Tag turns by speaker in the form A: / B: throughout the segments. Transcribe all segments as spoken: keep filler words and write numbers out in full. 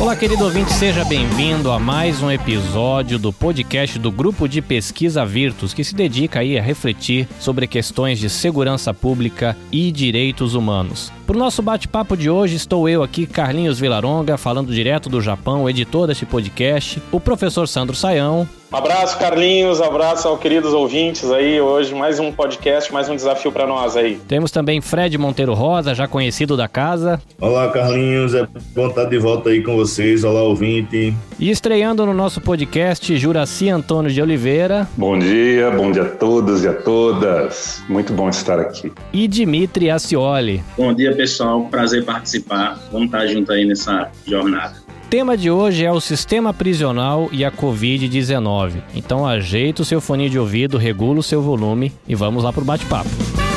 A: Olá, querido ouvinte, seja bem-vindo a mais um episódio do podcast do Grupo de Pesquisa Virtus, que se dedica aí a refletir sobre questões de segurança pública e direitos humanos. Para o nosso bate-papo de hoje, estou eu aqui, Carlinhos Villaronga, falando direto do Japão, editor deste podcast, o professor Sandro Sayão.
B: Um abraço, Carlinhos, abraço aos queridos ouvintes aí, hoje mais um podcast, mais um desafio para nós aí.
A: Temos também Fred Monteiro Rosa, já conhecido da casa.
C: Olá, Carlinhos, é bom estar de volta aí com vocês, olá, ouvinte.
A: E estreando no nosso podcast, Juraci Antônio de Oliveira.
D: Bom dia, bom dia a todos e a todas, muito bom estar aqui.
A: E Dimitri Acioli.
E: Bom dia, pessoal, prazer participar, vamos estar junto aí nessa jornada.
A: O tema de hoje é o sistema prisional e a covid dezenove. Então ajeita o seu fone de ouvido, regula o seu volume e vamos lá pro bate-papo.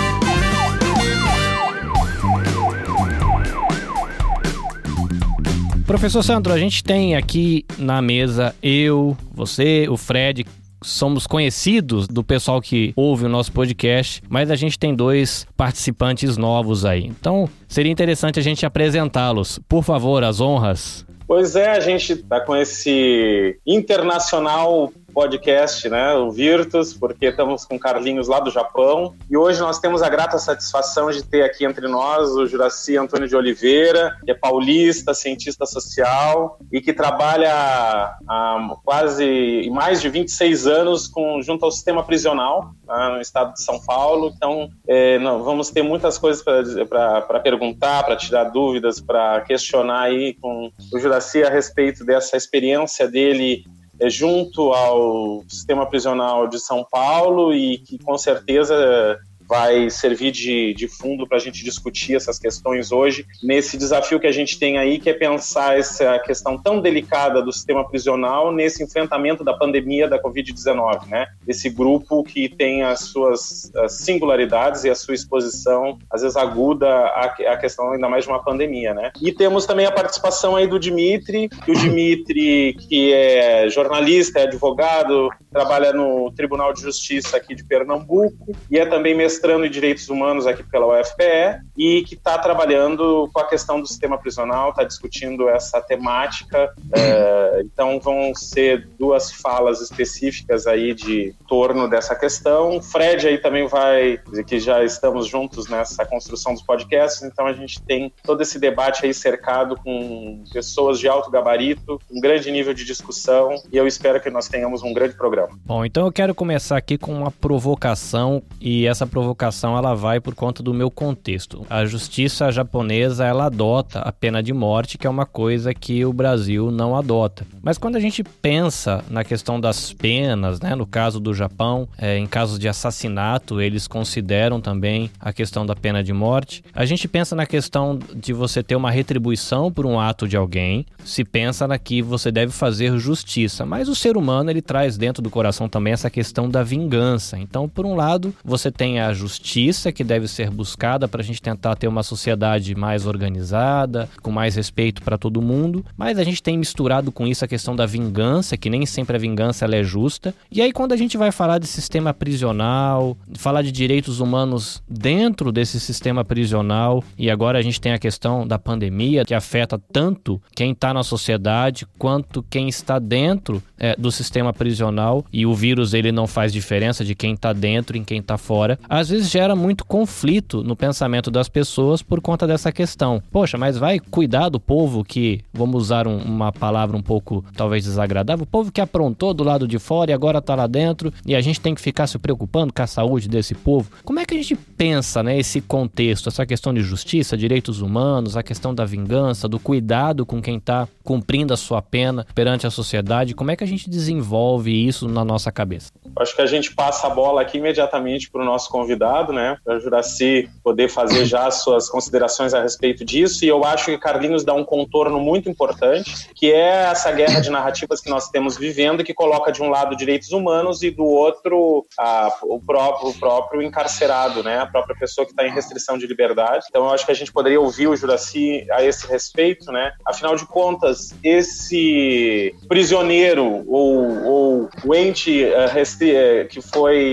A: Professor Sandro, a gente tem aqui na mesa eu, você, o Fred. Somos conhecidos do pessoal que ouve o nosso podcast, mas a gente tem dois participantes novos aí. Então seria interessante a gente apresentá-los. Por favor, as honras.
B: Pois é, a gente está com esse internacional podcast, né, o Virtus, porque estamos com Carlinhos lá do Japão, e hoje nós temos a grata satisfação de ter aqui entre nós o Juraci Antônio de Oliveira, que é paulista, cientista social, e que trabalha há quase mais de vinte e seis anos com, junto ao sistema prisional, né, no estado de São Paulo. Então, é, não, vamos ter muitas coisas para perguntar, para tirar dúvidas, para questionar aí com o Juraci a respeito dessa experiência dele junto ao sistema prisional de São Paulo e que com certeza vai servir de, de fundo para a gente discutir essas questões hoje, nesse desafio que a gente tem aí, que é pensar essa questão tão delicada do sistema prisional nesse enfrentamento da pandemia da covid dezenove, né? Esse grupo que tem as suas as singularidades e a sua exposição, às vezes aguda, à, à questão ainda mais de uma pandemia, né? E temos também a participação aí do Dimitri, que o Dimitri, que é jornalista, é advogado, trabalha no Tribunal de Justiça aqui de Pernambuco e é também mestrando em Direitos Humanos aqui pela U F P E e que está trabalhando com a questão do sistema prisional, está discutindo essa temática. É, então vão ser duas falas específicas aí de torno dessa questão. Fred aí também vai dizer que já estamos juntos nessa construção dos podcasts, então a gente tem todo esse debate aí cercado com pessoas de alto gabarito, um grande nível de discussão, e eu espero que nós tenhamos um grande programa.
A: Bom, então eu quero começar aqui com uma provocação, e essa provocação ela vai por conta do meu contexto. A justiça japonesa, ela adota a pena de morte, que é uma coisa que o Brasil não adota. Mas quando a gente pensa na questão das penas, né, no caso do Japão, é, em casos de assassinato, eles consideram também a questão da pena de morte. A gente pensa na questão de você ter uma retribuição por um ato de alguém, se pensa na que você deve fazer justiça, mas o ser humano, ele traz dentro do coração também essa questão da vingança. Então, por um lado, você tem a justiça que deve ser buscada para a gente tentar ter uma sociedade mais organizada, com mais respeito para todo mundo, mas a gente tem misturado com isso a questão da vingança, que nem sempre a vingança ela é justa. E aí quando a gente vai falar de sistema prisional, falar de direitos humanos dentro desse sistema prisional, e agora a gente tem a questão da pandemia, que afeta tanto quem está na sociedade quanto quem está dentro é, do sistema prisional, e o vírus ele não faz diferença de quem está dentro e quem está fora. Às vezes gera muito conflito no pensamento das pessoas por conta dessa questão. Poxa, mas vai cuidar do povo que, vamos usar um, uma palavra um pouco talvez desagradável, o povo que aprontou do lado de fora e agora tá lá dentro, e a gente tem que ficar se preocupando com a saúde desse povo. Como é que a gente pensa, né, esse contexto, essa questão de justiça, direitos humanos, a questão da vingança, do cuidado com quem tá cumprindo a sua pena perante a sociedade? Como é que a gente desenvolve isso na nossa cabeça?
B: Acho que a gente passa a bola aqui imediatamente para o nosso convidado, né, para o Juraci poder fazer já as suas considerações a respeito disso, e eu acho que Carlinhos dá um contorno muito importante, que é essa guerra de narrativas que nós temos vivendo, que coloca de um lado direitos humanos e do outro a, o, próprio, o próprio encarcerado, né, a própria pessoa que está em restrição de liberdade. Então eu acho que a gente poderia ouvir o Juraci a esse respeito, né, afinal de contas, esse prisioneiro ou, ou o ente uh, restri- que foi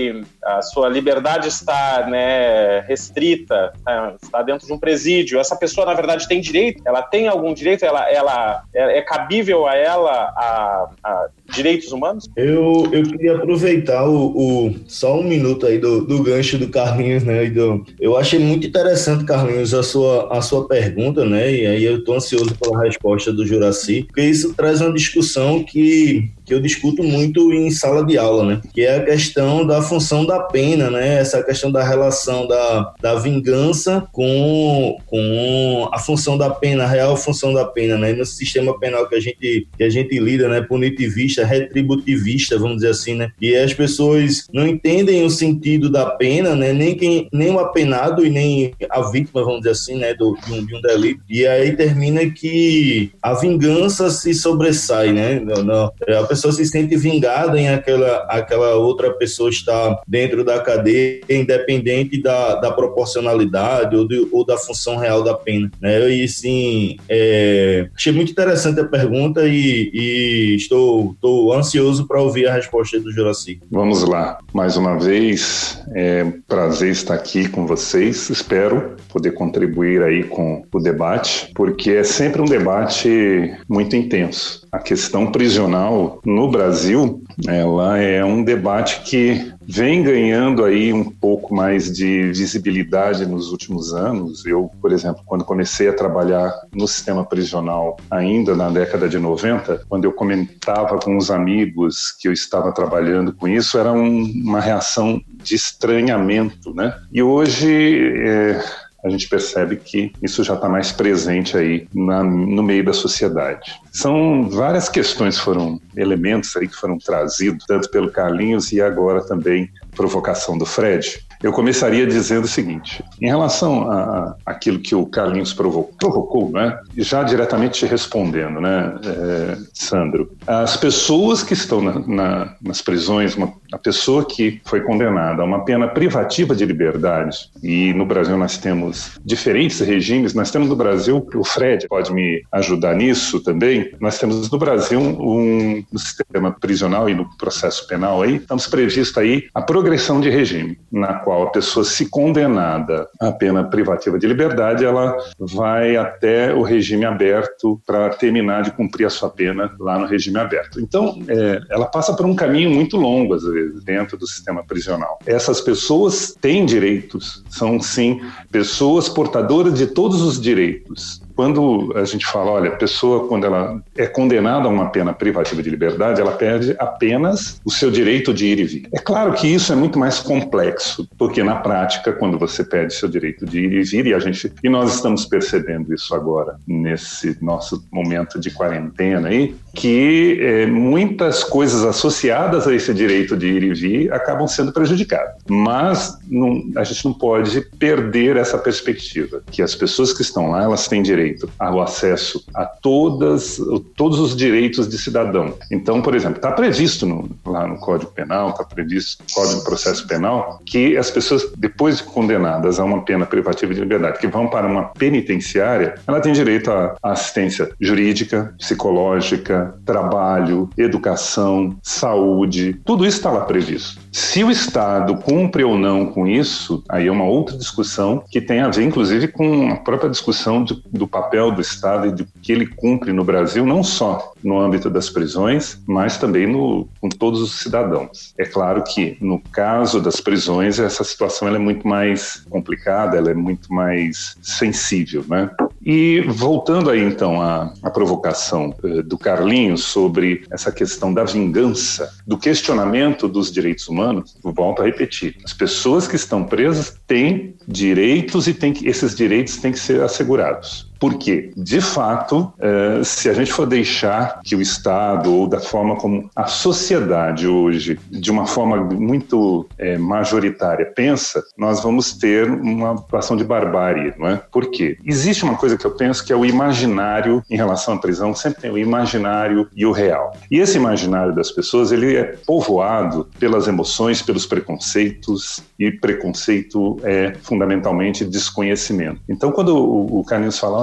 B: a sua liberdade está, né, restrita, está dentro de um presídio, essa pessoa, na verdade, tem direito? Ela tem algum direito? Ela, ela é, é cabível a ela a, a direitos humanos?
C: Eu, eu queria aproveitar o, o, só um minuto aí do, do gancho do Carlinhos, né? E do, eu achei muito interessante, Carlinhos, a sua, a sua pergunta, né? E aí eu estou ansioso pela resposta do Juracy, porque isso traz uma discussão que, que eu discuto muito em sala de aula, né? Que é a questão da função da pena, né? Essa questão da relação da, da vingança com, com a função da pena, a real função da pena, né? E no sistema penal que a gente, que a gente lida, né? Punitivista, retributivista, vamos dizer assim, né? E as pessoas não entendem o sentido da pena, né? Nem, quem, nem o apenado e nem a vítima, vamos dizer assim, né? Do, de, um, de um delito. E aí termina que a vingança se sobressai, né? Não, não, a pessoa se sente vingada em aquela, aquela outra pessoa estar dentro da cadeia, independente da, da proporcionalidade ou, de, ou da função real da pena, né? E sim, é, achei muito interessante a pergunta e, e estou, estou ansioso para ouvir a resposta do Juracy.
D: Vamos lá, mais uma vez, é um prazer estar aqui com vocês, espero poder contribuir aí com o debate, porque é sempre um debate muito intenso. A questão prisional no Brasil, ela é um debate que vem ganhando aí um pouco mais de visibilidade nos últimos anos. Eu, por exemplo, quando comecei a trabalhar no sistema prisional ainda na década de noventa, quando eu comentava com os amigos que eu estava trabalhando com isso, era um, uma reação de estranhamento, né? E hoje é, a gente percebe que isso já está mais presente aí na, no meio da sociedade. São várias questões, foram elementos aí que foram trazidos, tanto pelo Carlinhos e agora também provocação do Fred. Eu começaria dizendo o seguinte, em relação a aquilo que o Carlinhos provocou, provocou, né? Já diretamente respondendo, né, é, Sandro, as pessoas que estão na, na, nas prisões, uma, a pessoa que foi condenada a uma pena privativa de liberdade, e no Brasil nós temos diferentes regimes, nós temos no Brasil, o Fred pode me ajudar nisso também, nós temos no Brasil um, no sistema prisional e no processo penal aí, estamos previsto aí a progressão de regime, na qual a pessoa, se condenada à pena privativa de liberdade, ela vai até o regime aberto para terminar de cumprir a sua pena lá no regime aberto. Então, é, ela passa por um caminho muito longo, às vezes, dentro do sistema prisional. Essas pessoas têm direitos, são, sim, pessoas portadoras de todos os direitos. Quando a gente fala, olha, a pessoa, quando ela é condenada a uma pena privativa de liberdade, ela perde apenas o seu direito de ir e vir. É claro que isso é muito mais complexo, porque na prática, quando você perde seu direito de ir e vir, e, a gente, e nós estamos percebendo isso agora, nesse nosso momento de quarentena aí, que é, muitas coisas associadas a esse direito de ir e vir acabam sendo prejudicadas. Mas não, a gente não pode perder essa perspectiva, que as pessoas que estão lá, elas têm direito ao acesso a todas, todos os direitos de cidadão. Então, por exemplo, está previsto no, lá no Código Penal, está previsto no Código de Processo Penal, que as pessoas, depois de condenadas a uma pena privativa de liberdade, que vão para uma penitenciária, ela tem direito a assistência jurídica, psicológica, trabalho, educação, saúde, tudo isso está lá previsto. Se o Estado cumpre ou não com isso, aí é uma outra discussão que tem a ver, inclusive, com a própria discussão do, do papel do Estado e do que ele cumpre no Brasil, não só no âmbito das prisões, mas também no, com todos os cidadãos. É claro que, no caso das prisões, essa situação ela é muito mais complicada, ela é muito mais sensível, né? E voltando aí, então, à, à provocação eh, do Carlinhos sobre essa questão da vingança, do questionamento dos direitos humanos, volto a repetir, as pessoas que estão presas têm direitos e tem que, esses direitos têm que ser assegurados. Porque, de fato, eh, se a gente for deixar que o Estado, ou da forma como a sociedade hoje, de uma forma muito eh, majoritária, pensa, nós vamos ter uma situação de barbárie, não é? Por quê? Existe uma coisa que eu penso que é o imaginário em relação à prisão, sempre tem o imaginário e o real. E esse imaginário das pessoas, ele é povoado pelas emoções, pelos preconceitos, e preconceito é fundamentalmente desconhecimento. Então, quando o, o Carlinhos fala,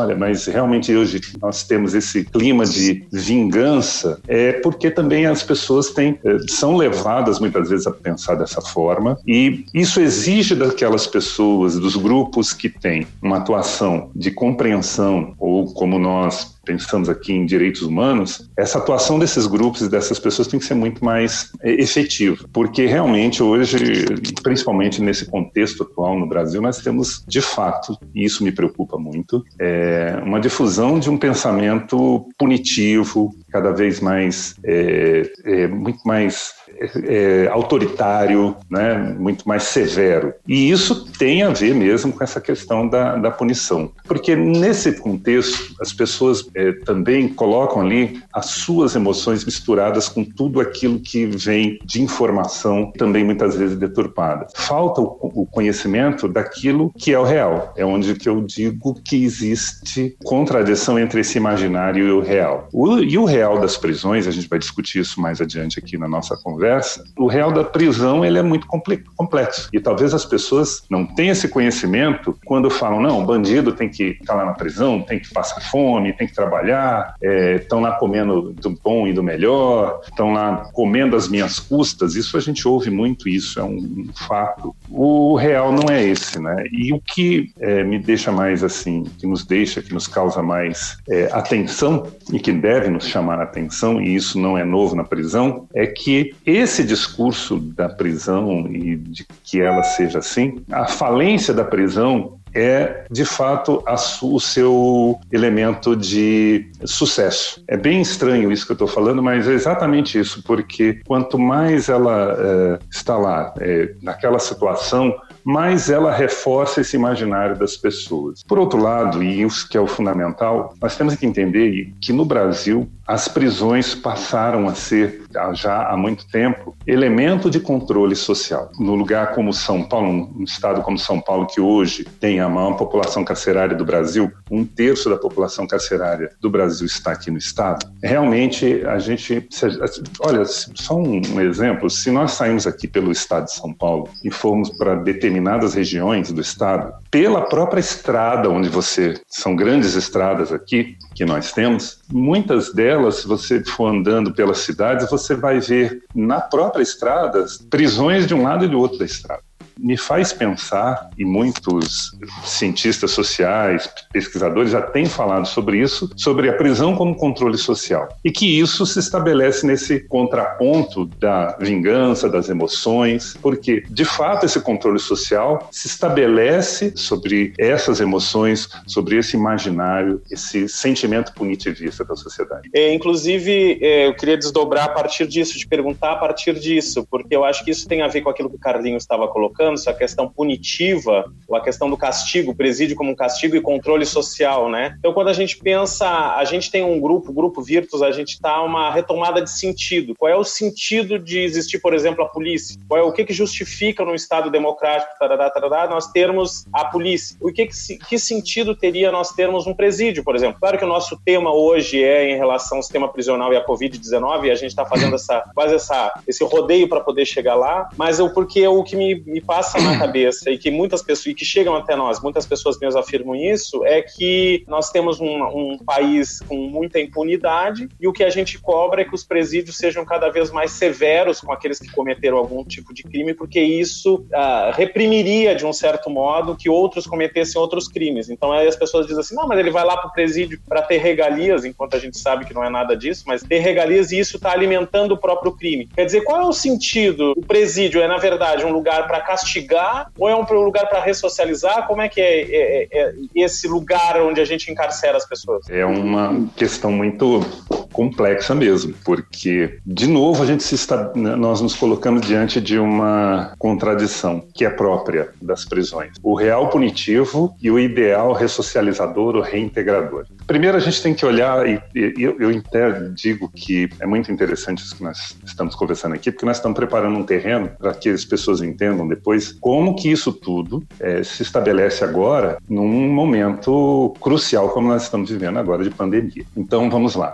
D: olha, mas realmente hoje nós temos esse clima de vingança, é porque também as pessoas têm, são levadas muitas vezes a pensar dessa forma, e isso exige daquelas pessoas, dos grupos que têm uma atuação de compreensão, ou como nós pensamos aqui em direitos humanos, essa atuação desses grupos e dessas pessoas tem que ser muito mais efetiva, porque realmente hoje, principalmente nesse contexto atual no Brasil, nós temos de fato, e isso me preocupa muito, é uma difusão de um pensamento punitivo, cada vez mais, é, é, muito mais É, autoritário, né, muito mais severo. E isso tem a ver mesmo com essa questão da, da punição. Porque nesse contexto, as pessoas é, também colocam ali as suas emoções misturadas com tudo aquilo que vem de informação, também muitas vezes deturpada. Falta o, o conhecimento daquilo que é o real. É onde que eu digo que existe contradição entre esse imaginário e o real. O, e o real das prisões, a gente vai discutir isso mais adiante aqui na nossa conversa, o real da prisão ele é muito complexo. E talvez as pessoas não tenham esse conhecimento quando falam, não, o bandido tem que estar lá na prisão, tem que passar fome, tem que trabalhar, estão é, lá comendo do bom e do melhor, estão lá comendo às minhas custas. Isso a gente ouve muito, isso é um, um fato. O real não é esse, né? E o que é, me deixa mais assim, que nos deixa, que nos causa mais é, atenção e que deve nos chamar a atenção, e isso não é novo na prisão, é que esse discurso da prisão e de que ela seja assim, a falência da prisão é, de fato, a su- o seu elemento de sucesso. É bem estranho isso que eu estou falando, mas é exatamente isso, porque quanto mais ela é, está lá, é, naquela situação, mais ela reforça esse imaginário das pessoas. Por outro lado, e isso que é o fundamental, nós temos que entender que no Brasil as prisões passaram a ser, já há muito tempo, elemento de controle social. No lugar como São Paulo, um estado como São Paulo, que hoje tem a maior população carcerária do Brasil, um terço da população carcerária do Brasil está aqui no estado, realmente a gente... Olha, só um exemplo, se nós saímos aqui pelo estado de São Paulo e formos para determinadas regiões do estado, pela própria estrada onde você... São grandes estradas aqui que nós temos, muitas delas, se você for andando pelas cidades, você vai ver na própria estrada prisões de um lado e do outro da estrada. Me faz pensar, e muitos cientistas sociais, pesquisadores já têm falado sobre isso, sobre a prisão como controle social. E que isso se estabelece nesse contraponto da vingança, das emoções, porque, de fato, esse controle social se estabelece sobre essas emoções, sobre esse imaginário, esse sentimento punitivista da sociedade.
B: É, inclusive, é, eu queria desdobrar a partir disso, de perguntar a partir disso, porque eu acho que isso tem a ver com aquilo que o Carlinhos estava colocando, a questão punitiva, ou a questão do castigo, presídio como um castigo e controle social, né? Então, quando a gente pensa, a gente tem um grupo, o Grupo Virtus, a gente está uma retomada de sentido. Qual é o sentido de existir, por exemplo, a polícia? Qual é, o que que justifica no Estado democrático, tarará, tarará, nós termos a polícia? O que, que, que sentido teria nós termos um presídio, por exemplo? Claro que o nosso tema hoje é em relação ao sistema prisional e à covid dezenove, e a gente está fazendo essa, quase essa, esse rodeio para poder chegar lá, mas eu, porque o que me, me passa na cabeça e que muitas pessoas, e que chegam até nós, muitas pessoas mesmo afirmam isso, é que nós temos um, um país com muita impunidade e o que a gente cobra é que os presídios sejam cada vez mais severos com aqueles que cometeram algum tipo de crime, porque isso uh, reprimiria de um certo modo que outros cometessem outros crimes. Então aí as pessoas dizem assim, não, mas ele vai lá para o presídio para ter regalias, enquanto a gente sabe que não é nada disso, mas ter regalias e isso está alimentando o próprio crime. Quer dizer, qual é o sentido? O presídio é, na verdade, um lugar para castigar ou é um lugar para ressocializar? Como é que é, é, é esse lugar onde a gente encarcera as pessoas?
D: É uma questão muito complexa mesmo, porque, de novo, a gente se está, nós nos colocamos diante de uma contradição que é própria das prisões. O real punitivo e o ideal ressocializador ou reintegrador. Primeiro, a gente tem que olhar, e, e eu, eu até digo que é muito interessante isso que nós estamos conversando aqui, porque nós estamos preparando um terreno para que as pessoas entendam depois como que isso tudo é, se estabelece agora num momento crucial como nós estamos vivendo agora de pandemia. Então, vamos lá. Esse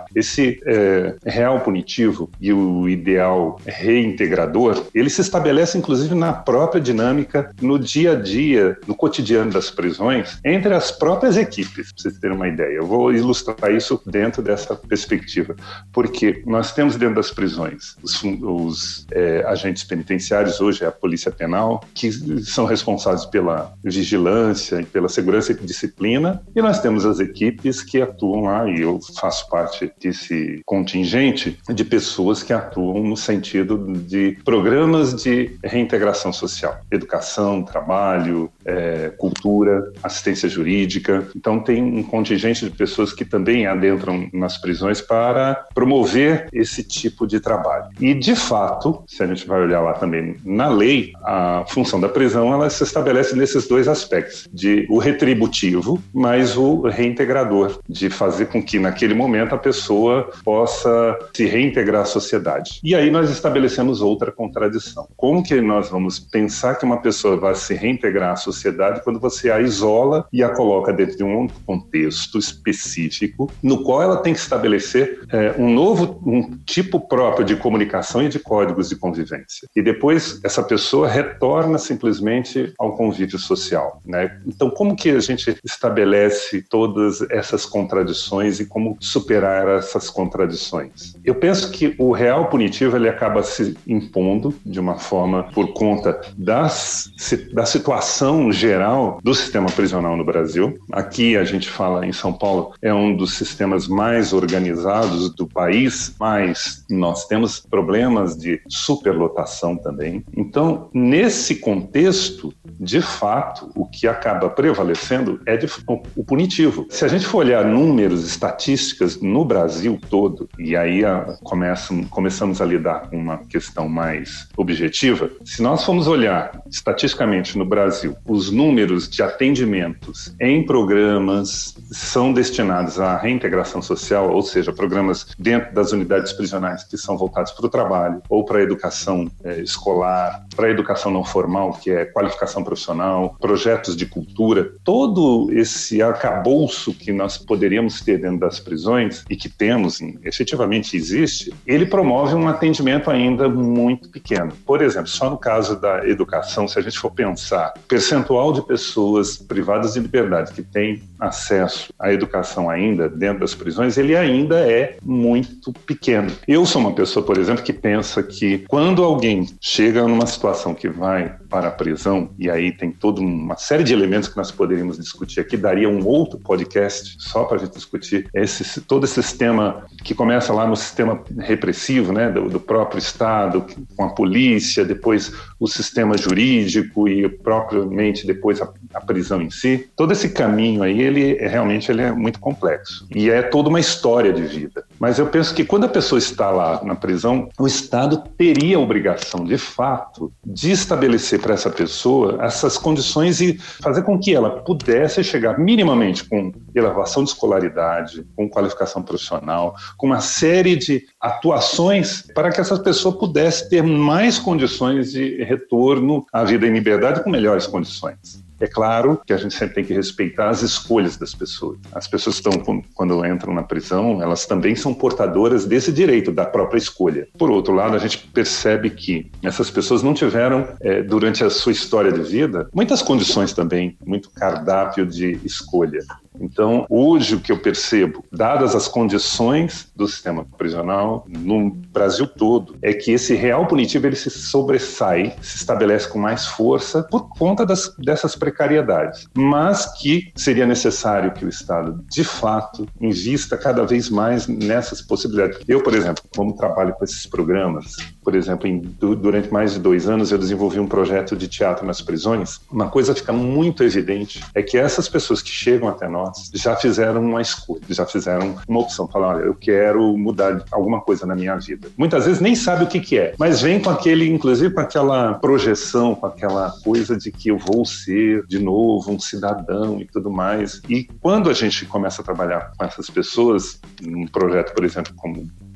D: esse é, real punitivo e o ideal reintegrador, ele se estabelece inclusive na própria dinâmica, no dia a dia, no cotidiano das prisões, entre as próprias equipes, para vocês terem uma ideia. Eu vou ilustrar isso dentro dessa perspectiva, porque nós temos dentro das prisões os, os é, agentes penitenciários, hoje é a Polícia Penal, que são responsáveis pela vigilância e pela segurança e disciplina, e nós temos as equipes que atuam lá, e eu faço parte desse contingente de pessoas que atuam no sentido de programas de reintegração social, educação, trabalho, é, cultura, assistência jurídica. Então tem um contingente de pessoas que também adentram nas prisões para promover esse tipo de trabalho. E de fato, se a gente vai olhar lá também na lei, a função da prisão ela se estabelece nesses dois aspectos, de o retributivo, mas o reintegrador, de fazer com que naquele momento a pessoa possa se reintegrar à sociedade. E aí nós estabelecemos outra contradição. Como que nós vamos pensar que uma pessoa vai se reintegrar à sociedade quando você a isola e a coloca dentro de um contexto específico, no qual ela tem que estabelecer é, um novo um tipo próprio de comunicação e de códigos de convivência. E depois essa pessoa retorna simplesmente ao convívio social, né? Então, como que a gente estabelece todas essas contradições e como superar essas contradições? Eu penso que o real punitivo ele acaba se impondo de uma forma por conta das, da situação geral do sistema prisional no Brasil. Aqui a gente fala em São Paulo, é um dos sistemas mais organizados do país, mas nós temos problemas de superlotação também. Então, nesse contexto, de fato, o que acaba prevalecendo é de, o punitivo. Se a gente for olhar números, estatísticas no Brasil todo, e aí a, começam, começamos a lidar com uma questão mais objetiva, se nós formos olhar estatisticamente no Brasil, os números de atendimentos em programas são destinados à reintegração social, ou seja, programas dentro das unidades prisionais que são voltados para o trabalho ou para a educação é, escolar, para a educação não formal, que é qualificação profissional, projetos de cultura, todo esse arcabouço que nós poderíamos ter dentro das prisões e que temos, efetivamente existe, ele promove um atendimento ainda muito pequeno. Por exemplo, só no caso da educação, se a gente for pensar, o percentual de pessoas privadas de liberdade que têm acesso à educação ainda dentro das prisões, ele ainda é muito pequeno. Eu sou uma pessoa, por exemplo, que pensa que quando alguém chega numa situação que vai para a prisão, e aí tem toda uma série de elementos que nós poderíamos discutir aqui, daria um outro podcast só para a gente discutir esse, todo esse sistema que começa lá no sistema repressivo, né, do, do próprio Estado, com a polícia, depois o sistema jurídico e propriamente depois a, a prisão em si. Todo esse caminho aí, ele é, realmente ele é muito complexo e é toda uma história de vida. Mas eu penso que quando a pessoa está lá na prisão, o Estado teria a obrigação, de fato, de estabelecer para essa pessoa essas condições e fazer com que ela pudesse chegar minimamente com elevação de escolaridade, com qualificação profissional, com uma série de atuações para que essa pessoa pudesse ter mais condições de retorno à vida em liberdade com melhores condições. É claro que a gente sempre tem que respeitar as escolhas das pessoas. As pessoas estão, quando entram na prisão, elas também são portadoras desse direito, da própria escolha. Por outro lado, a gente percebe que essas pessoas não tiveram, é, durante a sua história de vida, muitas condições também, muito cardápio de escolha. Então, hoje o que eu percebo, dadas as condições do sistema prisional no Brasil todo, é que esse real punitivo ele se sobressai, se estabelece com mais força por conta das, dessas precariedades, mas que seria necessário que o Estado, de fato, invista cada vez mais nessas possibilidades. Eu, por exemplo, como trabalho com esses programas, por exemplo, em, durante mais de dois anos eu desenvolvi um projeto de teatro nas prisões, uma coisa fica muito evidente, é que essas pessoas que chegam até nós já fizeram uma escolha, já fizeram uma opção, falaram, olha, eu quero mudar alguma coisa na minha vida. Muitas vezes nem sabe o que que é, mas vem com aquele, inclusive com aquela projeção, com aquela coisa de que eu vou ser de novo um cidadão e tudo mais. E quando a gente começa a trabalhar com essas pessoas, num projeto, por exemplo, como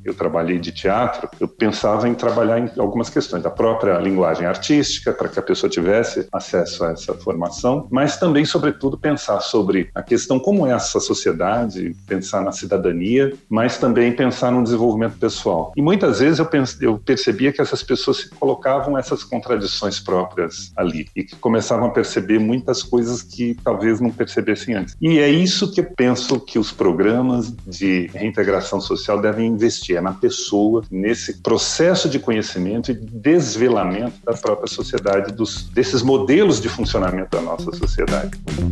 D: eu trabalhei de teatro, eu pensava em trabalhar em algumas questões da própria linguagem artística, para que a pessoa tivesse acesso a essa formação, mas também, sobretudo, pensar sobre a questão como é essa sociedade, pensar na cidadania, mas também pensar no desenvolvimento pessoal. E muitas vezes eu, pense, eu percebia que essas pessoas se colocavam essas contradições próprias ali e que começavam a perceber muitas coisas que talvez não percebessem antes. E é isso que eu penso que os programas de reintegração social devem investir, é na pessoa, nesse processo de conhecimento e desvelamento da própria sociedade, dos, desses modelos de funcionamento da nossa sociedade.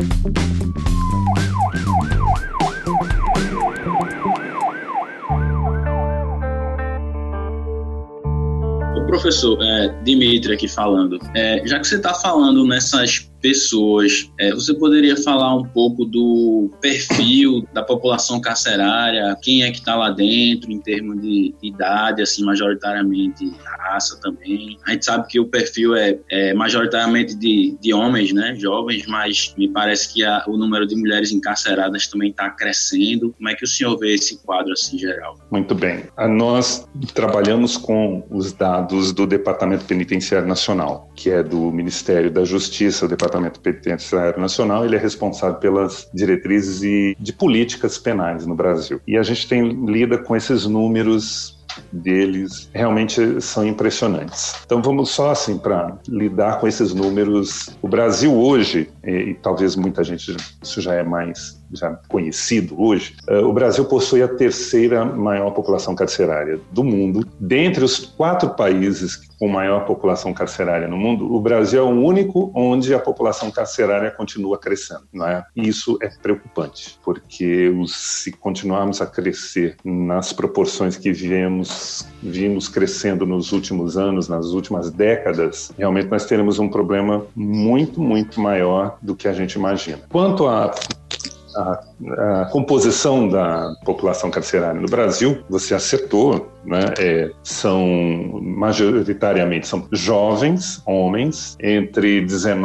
E: Professor, é, Dimitri aqui falando, é, já que você está falando nessas pessoas, é, você poderia falar um pouco do perfil da população carcerária, quem é que está lá dentro em termos de idade, assim, majoritariamente raça também. A gente sabe que o perfil é, é majoritariamente de, de homens, né, jovens, mas me parece que a, o número de mulheres encarceradas também está crescendo. Como é que o senhor vê esse quadro assim geral?
D: Muito bem. Nós trabalhamos com os dados do Departamento Penitenciário Nacional, que é do Ministério da Justiça, o Departamento Penitenciário Nacional. Ele é responsável pelas diretrizes e de políticas penais no Brasil. E a gente tem lida com esses números deles, realmente são impressionantes. Então vamos só assim para lidar com esses números. O Brasil hoje, e, e talvez muita gente, isso já é mais já conhecido hoje, uh, o Brasil possui a terceira maior população carcerária do mundo. Dentre os quatro países com maior população carcerária no mundo, o Brasil é o único onde a população carcerária continua crescendo, não é? E isso é preocupante, porque os, se continuarmos a crescer nas proporções que viemos, vimos crescendo nos últimos anos, nas últimas décadas, realmente nós teremos um problema muito, muito maior do que a gente imagina. Quanto a A, a composição da população carcerária no Brasil, você acertou, né? É, são majoritariamente são jovens, homens, entre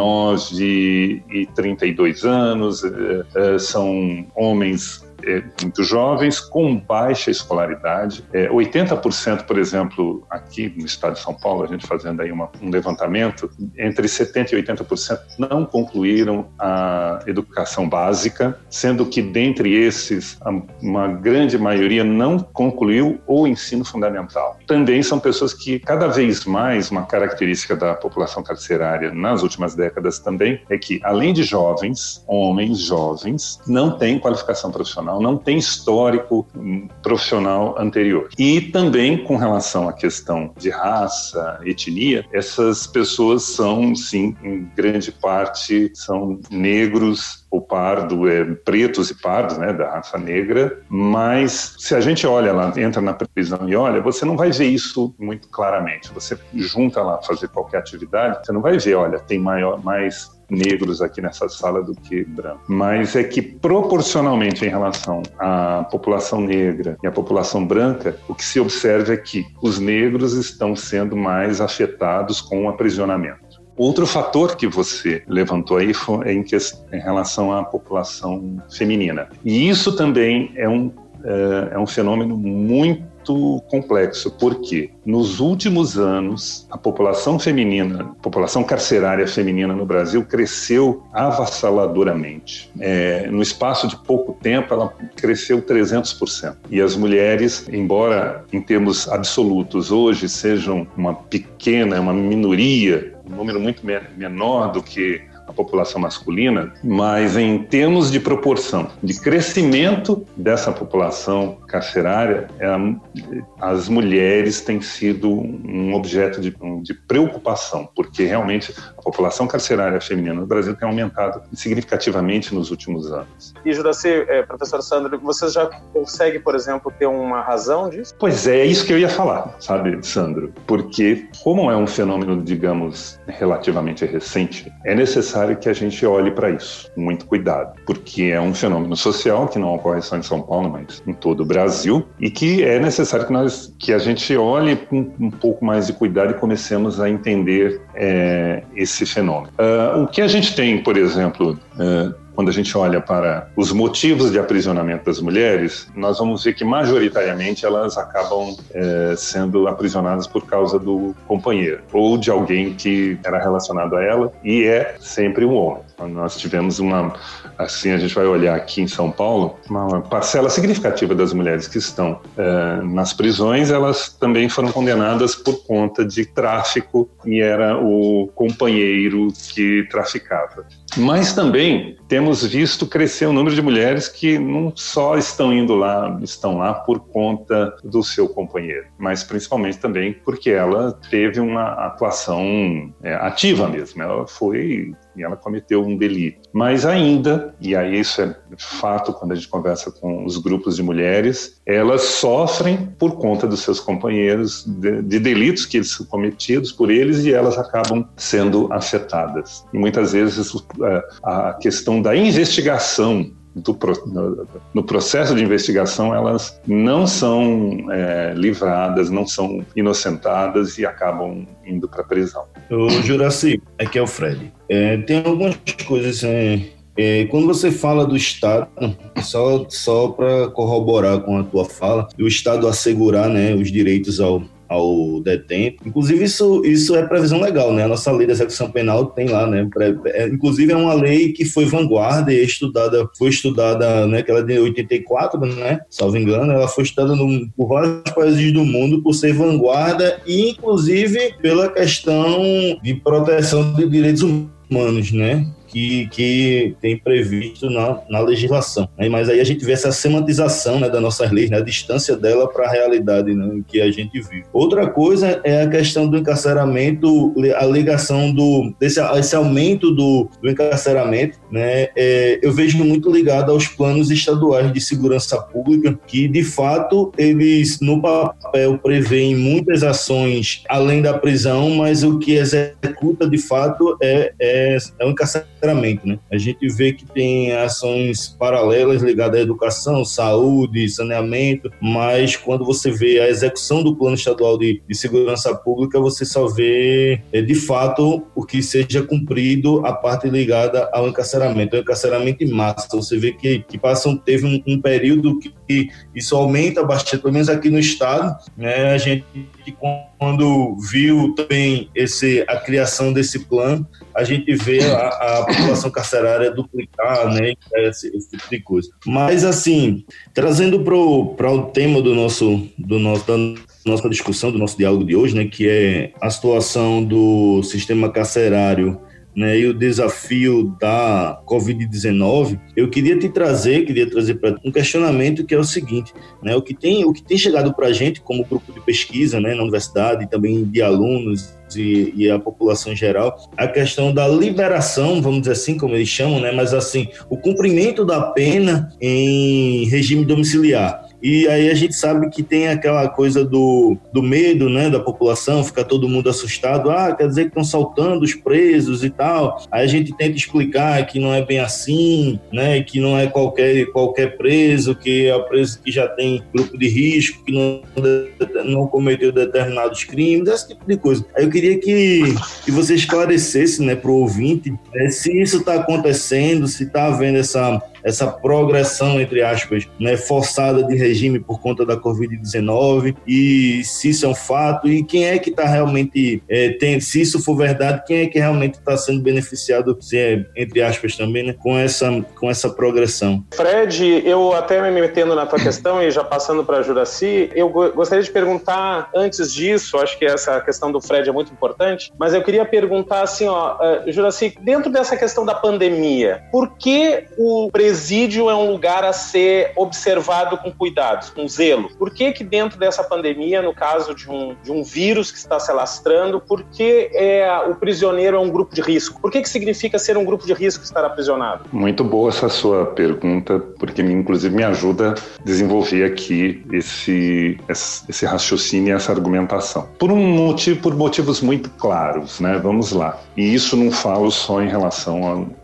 D: dezenove e trinta e dois anos, é, é, são homens É, muito jovens, com baixa escolaridade. É, oitenta por cento, por exemplo, aqui no estado de São Paulo, a gente fazendo aí uma, um levantamento, entre setenta por cento e oitenta por cento não concluíram a educação básica, sendo que dentre esses, uma grande maioria não concluiu o ensino fundamental. Também são pessoas que, cada vez mais, uma característica da população carcerária nas últimas décadas também, é que, além de jovens, homens jovens, não têm qualificação profissional, não tem histórico profissional anterior. E também com relação à questão de raça, etnia, essas pessoas são, sim, em grande parte, são negros ou pardo, é, pretos e pardos, né, da raça negra, mas se a gente olha lá, entra na prisão e olha, você não vai ver isso muito claramente. Você junta lá fazer qualquer atividade, você não vai ver, olha, tem maior, mais negros aqui nessa sala do que brancos. Mas é que proporcionalmente em relação à população negra e à população branca, o que se observa é que os negros estão sendo mais afetados com o aprisionamento. Outro fator que você levantou aí foi em, que, em relação à população feminina. E isso também é um, é, é um fenômeno muito complexo, porque nos últimos anos a população feminina, a população carcerária feminina no Brasil cresceu avassaladoramente. É, no espaço de pouco tempo ela cresceu trezentos por cento. E as mulheres, embora em termos absolutos hoje sejam uma pequena, uma minoria, um número muito menor do que a população masculina, mas em termos de proporção, de crescimento dessa população carcerária, é, as mulheres têm sido um objeto de, de preocupação, porque realmente a população carcerária feminina no Brasil tem aumentado significativamente nos últimos anos.
B: E, Juraci, é, professor Sandro, você já consegue, por exemplo, ter uma razão disso?
D: Pois é, é isso que eu ia falar, sabe, Sandro? Porque, como é um fenômeno, digamos, relativamente recente, é necessário que a gente olhe para isso, com muito cuidado, porque é um fenômeno social que não ocorre só em São Paulo, mas em todo o Brasil, e que é necessário que, nós, que a gente olhe com um pouco mais de cuidado e comecemos a entender é, esse fenômeno. Uh, o que a gente tem, por exemplo, uh, quando a gente olha para os motivos de aprisionamento das mulheres, nós vamos ver que majoritariamente elas acabam é, sendo aprisionadas por causa do companheiro ou de alguém que era relacionado a ela, e é sempre um homem. Nós tivemos uma, assim, a gente vai olhar aqui em São Paulo, uma parcela significativa das mulheres que estão é, nas prisões, elas também foram condenadas por conta de tráfico e era o companheiro que traficava. Mas também temos visto crescer o número de mulheres que não só estão indo lá, estão lá por conta do seu companheiro, mas principalmente também porque ela teve uma atuação é, ativa mesmo, ela foi e ela cometeu um delito. Mas ainda, e aí isso é fato quando a gente conversa com os grupos de mulheres, elas sofrem por conta dos seus companheiros de, de delitos que eles são cometidos por eles e elas acabam sendo afetadas. E muitas vezes a questão da investigação Do, no, no processo de investigação, elas não são é, livradas, não são inocentadas e acabam indo para a prisão.
C: Ô, Juraci, aqui é o Fred. É, tem algumas coisas... É, é, quando você fala do Estado, só, só para corroborar com a tua fala, o Estado assegurar, né, os direitos ao ao detento. Inclusive, isso, isso é previsão legal, né? A nossa lei da execução penal tem lá, né? Inclusive, é uma lei que foi vanguarda e estudada, foi estudada, né? Que ela é de oitenta e quatro, né? Salvo engano, ela foi estudada no, por vários países do mundo por ser vanguarda e, inclusive, pela questão de proteção de direitos humanos, né? Que, que tem previsto na, na legislação, né? Mas aí a gente vê essa semantização, né, das nossas leis, né, a distância dela para a realidade, né, que a gente vive. Outra coisa é a questão do encarceramento, a ligação do, desse esse aumento do, do encarceramento, né, é, eu vejo muito ligado aos planos estaduais de segurança pública, que de fato eles no papel prevêem muitas ações além da prisão, mas o que executa de fato é, é, é o encarceramento. Né? A gente vê que tem ações paralelas ligadas à educação, saúde, saneamento, mas quando você vê a execução do Plano Estadual de, de Segurança Pública, você só vê, é, de fato, o que seja cumprido a parte ligada ao encarceramento, o encarceramento em massa. Você vê que, que passam, teve um, um período que, que isso aumenta bastante, pelo menos aqui no estado, né? A gente, quando viu também esse, a criação desse plano, a gente vê a, a população carcerária duplicar, né, esse, esse tipo de coisa. Mas, assim, trazendo para o tema do nosso, do nosso, da nossa discussão, do nosso diálogo de hoje, né, que é a situação do sistema carcerário, né, e o desafio da covid dezenove, eu queria te trazer, queria trazer para um questionamento que é o seguinte, né, o que tem, o que tem chegado para a gente como grupo de pesquisa, né, na universidade e também de alunos e, e a população em geral, a questão da liberação, vamos dizer assim, como eles chamam, né, mas assim, o cumprimento da pena em regime domiciliar. E aí a gente sabe que tem aquela coisa do, do medo, né, da população, fica todo mundo assustado, ah, quer dizer que estão soltando os presos e tal. Aí a gente tenta explicar que não é bem assim, né, que não é qualquer, qualquer preso, que é o preso que já tem grupo de risco, que não, não cometeu determinados crimes, esse tipo de coisa. Aí eu queria que, que você esclarecesse, né, para o ouvinte, né, se isso está acontecendo, se está havendo essa... essa progressão, entre aspas, né, forçada de regime por conta da covid dezenove, e se isso é um fato, e quem é que está realmente, é, tem, se isso for verdade, quem é que realmente está sendo beneficiado, se é, entre aspas também, né, com, essa, com essa progressão.
B: Fred, eu até me metendo na tua questão e já passando para a Juraci, eu gostaria de perguntar antes disso, acho que essa questão do Fred é muito importante, mas eu queria perguntar assim, ó, uh, Juraci, dentro dessa questão da pandemia, por que o presídio é um lugar a ser observado com cuidados, com zelo? Por que que dentro dessa pandemia, no caso de um, de um vírus que está se alastrando, por que é, o prisioneiro é um grupo de risco? Por que que significa ser um grupo de risco estar aprisionado?
D: Muito boa essa sua pergunta, porque inclusive me ajuda a desenvolver aqui esse, esse raciocínio e essa argumentação. Por um motivo, por motivos muito claros, né? Vamos lá. E isso não falo só em relação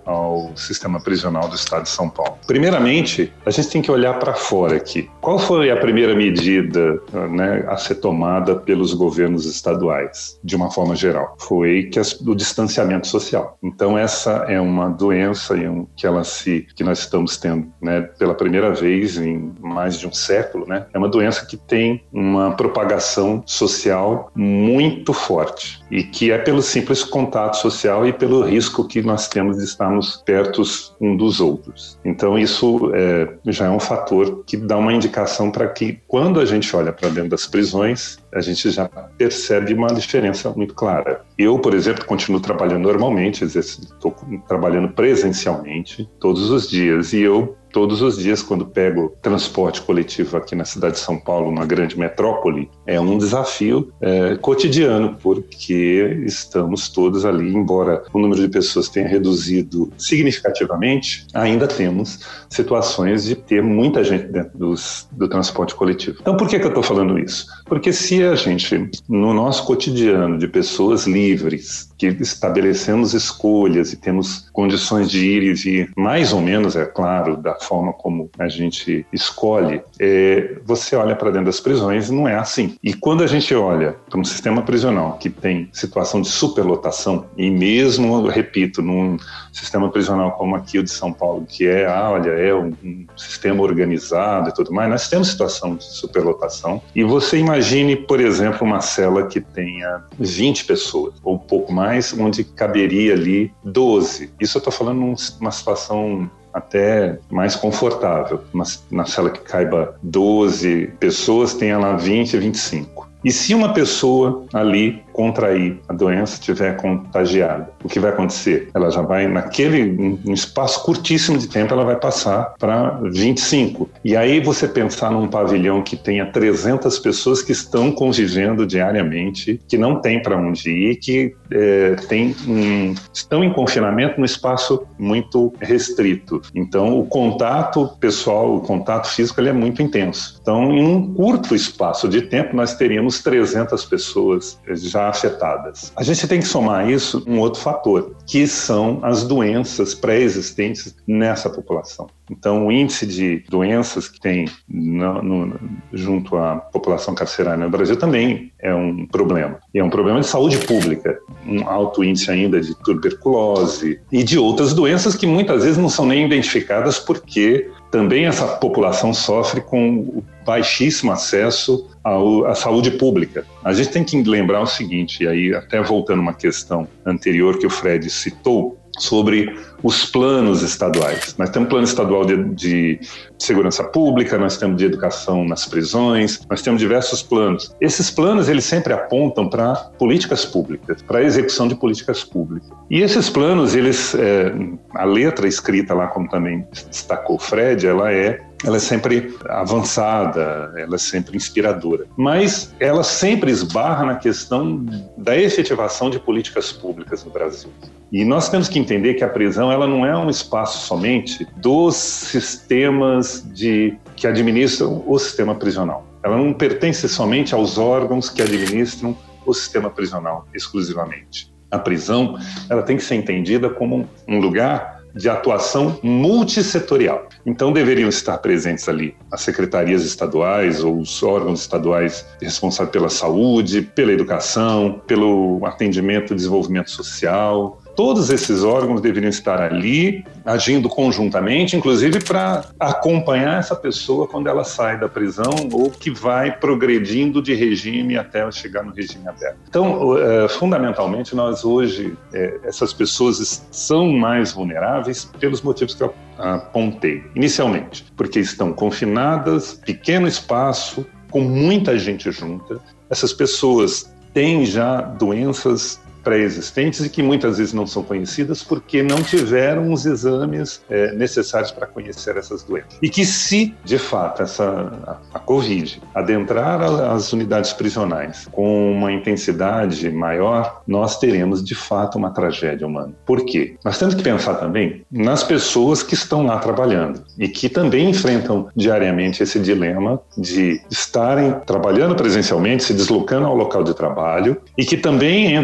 D: ao sistema prisional do Estado de São Paulo. Primeiramente, a gente tem que olhar para fora aqui. Qual foi a primeira medida, né, a ser tomada pelos governos estaduais, de uma forma geral? Foi que as, o distanciamento social. Então, essa é uma doença que, ela se, que nós estamos tendo, né, pela primeira vez em mais de um século, né? É uma doença que tem uma propagação social muito forte e que é pelo simples contato social e pelo risco que nós temos de estarmos perto um dos outros. Então, isso é, já é um fator que dá uma indicação para que, quando a gente olha para dentro das prisões, a gente já percebe uma diferença muito clara. Eu, por exemplo, continuo trabalhando normalmente, estou trabalhando presencialmente todos os dias, e eu todos os dias, quando pego transporte coletivo aqui na cidade de São Paulo, uma grande metrópole, é um desafio é, cotidiano, porque estamos todos ali, embora o número de pessoas tenha reduzido significativamente, ainda temos situações de ter muita gente dentro dos, do transporte coletivo. Então, por que, que eu estou falando isso? Porque se a gente, no nosso cotidiano de pessoas livres, que estabelecemos escolhas e temos condições de ir e vir, mais ou menos, é claro, da forma como a gente escolhe, é, você olha para dentro das prisões e não é assim. E quando a gente olha para um sistema prisional que tem situação de superlotação, e mesmo, repito, num sistema prisional como aqui o de São Paulo, que é, ah, olha, é um, um sistema organizado e tudo mais, nós temos situação de superlotação. E você imagine, por exemplo, uma cela que tenha vinte pessoas, ou um pouco mais, onde caberia ali doze. Isso eu estou falando numa situação até mais confortável. Mas na cela que caiba doze pessoas, tenha lá vinte, vinte e cinco. E se uma pessoa ali contrair a doença, estiver contagiada, o que vai acontecer? Ela já vai, naquele um espaço curtíssimo de tempo, ela vai passar para vinte e cinco. E aí você pensar num pavilhão que tenha trezentas pessoas que estão convivendo diariamente, que não tem para onde ir, que é, tem um, estão em confinamento num espaço muito restrito. Então, o contato pessoal, o contato físico, ele é muito intenso. Então, em um curto espaço de tempo, nós teríamos trezentas pessoas já afetadas. A gente tem que somar a isso um outro fator, que são as doenças pré-existentes nessa população. Então, o índice de doenças que tem no, no, junto à população carcerária no Brasil também é um problema. E é um problema de saúde pública. Um alto índice ainda de tuberculose e de outras doenças que muitas vezes não são nem identificadas, porque também essa população sofre com o baixíssimo acesso ao, à saúde pública. A gente tem que lembrar o seguinte, e aí até voltando a uma questão anterior que o Fred citou, sobre os planos estaduais. Nós temos plano estadual de, de segurança pública, nós temos de educação nas prisões, nós temos diversos planos. Esses planos, eles sempre apontam para políticas públicas, para a execução de políticas públicas. E esses planos, eles, é, a letra escrita lá, como também destacou o Fred, ela é ela é sempre avançada, ela é sempre inspiradora, mas ela sempre esbarra na questão da efetivação de políticas públicas no Brasil. E nós temos que entender que a prisão ela não é um espaço somente dos sistemas de, que administram o sistema prisional. Ela não pertence somente aos órgãos que administram o sistema prisional exclusivamente. A prisão ela tem que ser entendida como um lugar de atuação multissetorial. Então deveriam estar presentes ali as secretarias estaduais ou os órgãos estaduais responsáveis pela saúde, pela educação, pelo atendimento e desenvolvimento social. Todos esses órgãos deveriam estar ali, agindo conjuntamente, inclusive para acompanhar essa pessoa quando ela sai da prisão ou que vai progredindo de regime até chegar no regime aberto. Então, fundamentalmente, nós hoje, essas pessoas são mais vulneráveis pelos motivos que eu apontei inicialmente, porque estão confinadas, pequeno espaço, com muita gente junta. Essas pessoas têm já doenças pré-existentes e que muitas vezes não são conhecidas porque não tiveram os exames é, necessários para conhecer essas doenças. E que se, de fato, essa, a, a Covid adentrar as unidades prisionais com uma intensidade maior, nós teremos, de fato, uma tragédia humana. Por quê? Nós temos que pensar também nas pessoas que estão lá trabalhando e que também enfrentam diariamente esse dilema de estarem trabalhando presencialmente, se deslocando ao local de trabalho e que também entram em contato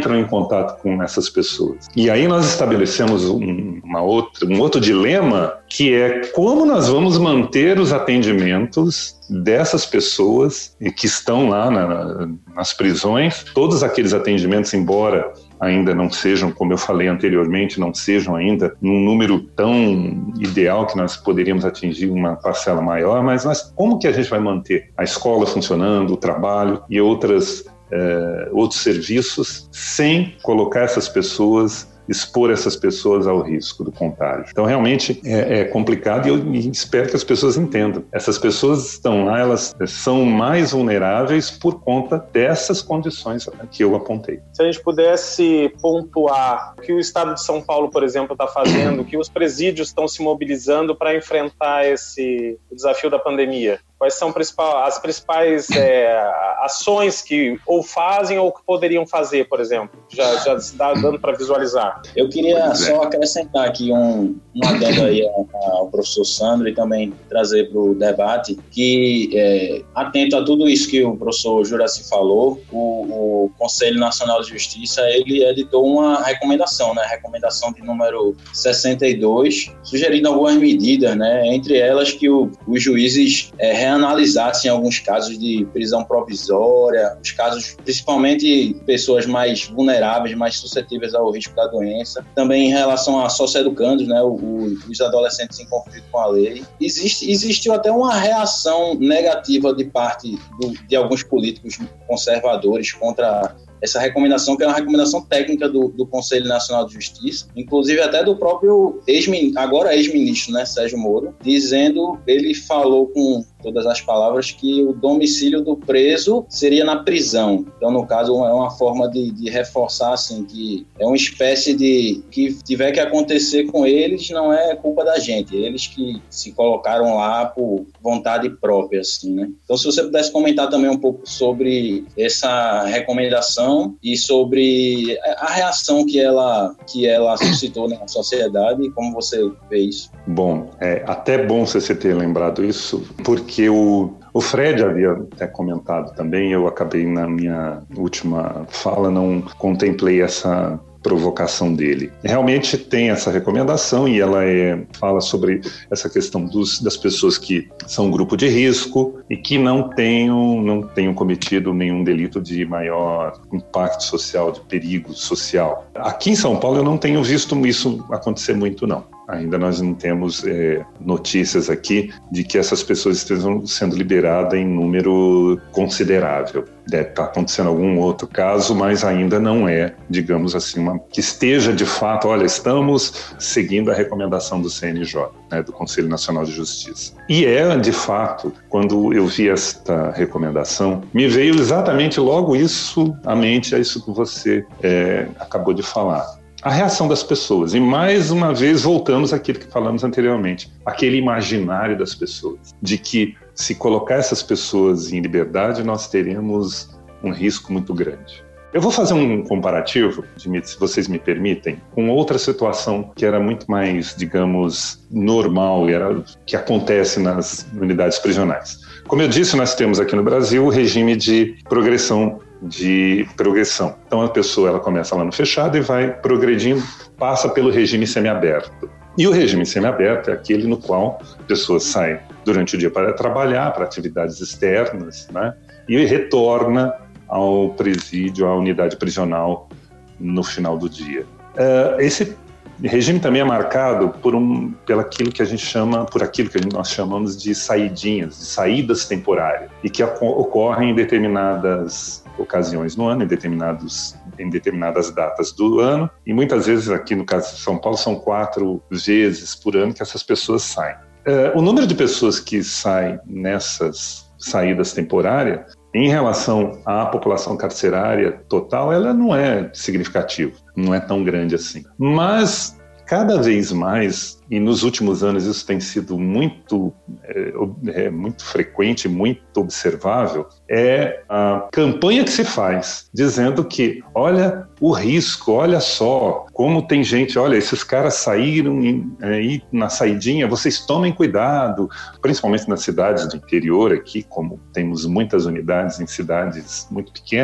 D: contato com essas pessoas. E aí nós estabelecemos um, uma outra, um outro dilema, que é como nós vamos manter os atendimentos dessas pessoas que estão lá na, nas prisões, todos aqueles atendimentos, embora ainda não sejam, como eu falei anteriormente, não sejam ainda num número tão ideal que nós poderíamos atingir uma parcela maior, mas nós, como que a gente vai manter a escola funcionando, o trabalho e outras, eh, outros serviços sem colocar essas pessoas, expor essas pessoas ao risco do contágio. Então, realmente, é, é complicado e eu espero que as pessoas entendam. Essas pessoas estão lá, elas são mais vulneráveis por conta dessas condições que eu apontei.
B: Se a gente pudesse pontuar o que o Estado de São Paulo, por exemplo, está fazendo, o que os presídios estão se mobilizando para enfrentar esse desafio da pandemia, quais são as principais é, ações que ou fazem ou que poderiam fazer, por exemplo? Já, já está dando para visualizar.
E: Eu queria só acrescentar aqui um, um adendo aí ao professor Sandro e também trazer para o debate que, é, atento a tudo isso que o professor Juraci falou, o, o Conselho Nacional de Justiça, ele editou uma recomendação, né, recomendação de número sessenta e dois, sugerindo algumas medidas, né, entre elas que o, os juízes é, reanalisassem alguns casos de prisão provisória, os casos, principalmente pessoas mais vulneráveis, mais suscetíveis ao risco da doença. Também em relação a socioeducandos, né, o, o, os adolescentes em conflito com a lei. Existe, existiu até uma reação negativa de parte do, de alguns políticos conservadores contra essa recomendação, que é uma recomendação técnica do, do Conselho Nacional de Justiça, inclusive até do próprio ex, agora ex-ministro, né, Sérgio Moro, dizendo, ele falou com todas as palavras que o domicílio do preso seria na prisão. Então, no caso, é uma forma de, de reforçar, assim, que é uma espécie de que tiver que acontecer com eles não é culpa da gente, eles que se colocaram lá por vontade própria, assim, né? Então, se você pudesse comentar também um pouco sobre essa recomendação e sobre a reação que ela, que ela suscitou na sociedade e como você vê isso.
D: Bom, é até bom você ter lembrado isso, porque o, o Fred havia até comentado também, eu acabei na minha última fala, não contemplei essa provocação dele. Realmente tem essa recomendação e ela é, fala sobre essa questão dos, das pessoas que são um grupo de risco e que não tenham, não tenham cometido nenhum delito de maior impacto social, de perigo social. Aqui em São Paulo eu não tenho visto isso acontecer muito, não. Ainda nós não temos é, notícias aqui de que essas pessoas estejam sendo liberadas em número considerável. Deve estar acontecendo algum outro caso, mas ainda não é, digamos assim, uma, que esteja de fato, olha, estamos seguindo a recomendação do C N J, né, do Conselho Nacional de Justiça. E é, de fato, quando eu vi esta recomendação, me veio exatamente logo isso à mente, é isso que você é, acabou de falar. A reação das pessoas. E, mais uma vez, voltamos àquilo que falamos anteriormente. Aquele imaginário das pessoas. De que, se colocar essas pessoas em liberdade, nós teremos um risco muito grande. Eu vou fazer um comparativo, se vocês me permitem, com outra situação que era muito mais, digamos, normal, era, que acontece nas unidades prisionais. Como eu disse, nós temos aqui no Brasil o regime de progressão de progressão. Então a pessoa ela começa lá no fechado e vai progredindo, passa pelo regime semiaberto. E o regime semiaberto é aquele no qual a pessoa sai durante o dia para trabalhar, para atividades externas, né? E retorna ao presídio, à unidade prisional no final do dia. Uh, esse regime também é marcado por um, pelo aquilo que a gente chama, por aquilo que nós chamamos de saidinhas, de saídas temporárias, e que ocorrem em determinadas ocasiões no ano, em, determinados, em determinadas datas do ano, e muitas vezes aqui no caso de São Paulo são quatro vezes por ano que essas pessoas saem. Uh, o número de pessoas que saem nessas saídas temporárias, em relação à população carcerária total, ela não é significativa, não é tão grande assim. Mas, cada vez mais, e nos últimos anos isso tem sido muito, é, é, muito frequente, muito observável, é a campanha que se faz, dizendo que, olha o risco, olha só, como tem gente, olha, esses caras saíram aí na saidinha, vocês tomem cuidado, principalmente nas cidades do interior aqui, como temos muitas unidades em cidades muito pequenas,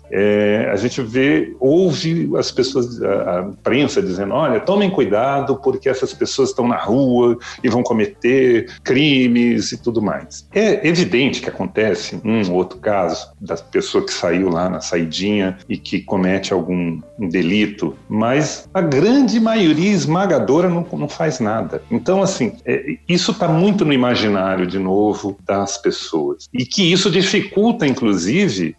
D: é, a gente vê, ouve as pessoas, a, a imprensa dizendo, olha, tomem cuidado porque essas pessoas estão na rua e vão cometer crimes e tudo mais. É evidente que acontece um ou outro caso da pessoa que saiu lá na saidinha e que comete algum delito, mas a grande maioria esmagadora não, não faz nada. Então, assim, é, isso está muito no imaginário, de novo, das pessoas. E que isso dificulta, inclusive,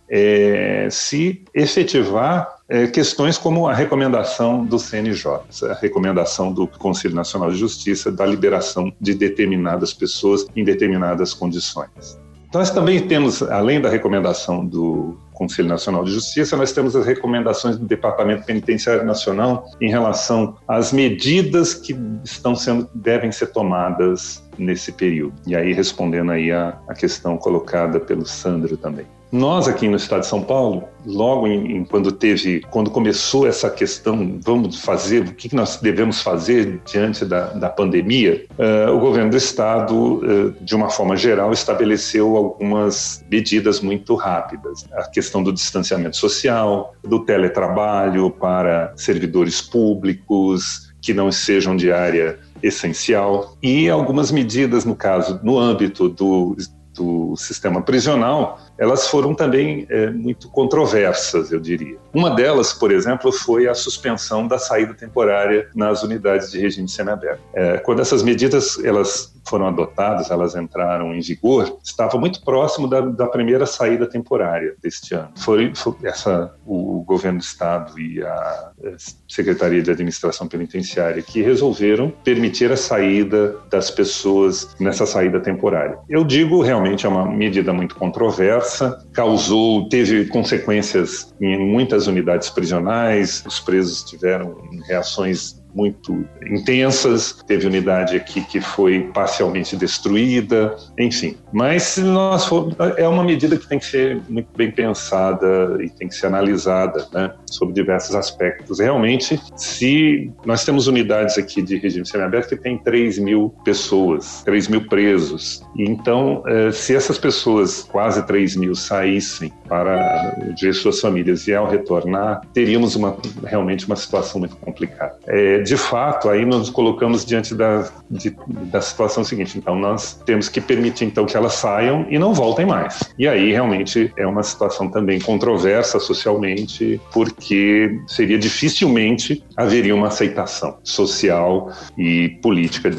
D: é, se efetivar é, questões como a recomendação do C N J, a recomendação do Conselho Nacional de Justiça da liberação de determinadas pessoas em determinadas condições. Nós também temos, além da recomendação do Conselho Nacional de Justiça, nós temos as recomendações do Departamento Penitenciário Nacional em relação às medidas que estão sendo, devem ser tomadas nesse período. E aí, respondendo aí a, a questão colocada pelo Sandro também. Nós aqui no estado de São Paulo, logo em, em quando teve, quando começou essa questão, vamos fazer, o que nós devemos fazer diante da, da pandemia, uh, o governo do estado, uh, de uma forma geral, estabeleceu algumas medidas muito rápidas. A questão do distanciamento social, do teletrabalho para servidores públicos que não sejam de área essencial e algumas medidas, no caso, no âmbito do, do sistema prisional, elas foram também é, muito controversas, eu diria. Uma delas, por exemplo, foi a suspensão da saída temporária nas unidades de regime semiaberto. É, quando essas medidas elas foram adotadas, elas entraram em vigor, estava muito próximo da, da primeira saída temporária deste ano. Foi, foi essa, o, o governo do estado e a Secretaria de Administração Penitenciária que resolveram permitir a saída das pessoas nessa saída temporária. Eu digo, realmente, é uma medida muito controversa, causou, teve consequências em muitas unidades prisionais, os presos tiveram reações muito intensas, teve unidade aqui que foi parcialmente destruída, enfim. Mas se nós for, é uma medida que tem que ser muito bem pensada e tem que ser analisada, né, sobre diversos aspectos. Realmente, se nós temos unidades aqui de regime semiaberto que tem três mil pessoas, três mil presos, e então, se essas pessoas, quase três mil, saíssem para ver suas famílias e ao retornar, teríamos uma, realmente uma situação muito complicada. É, de fato, aí nós nos colocamos diante da, de, da situação seguinte. Então, nós temos que permitir então que elas saiam e não voltem mais. E aí, realmente, é uma situação também controversa socialmente, porque seria dificilmente haveria uma aceitação social e política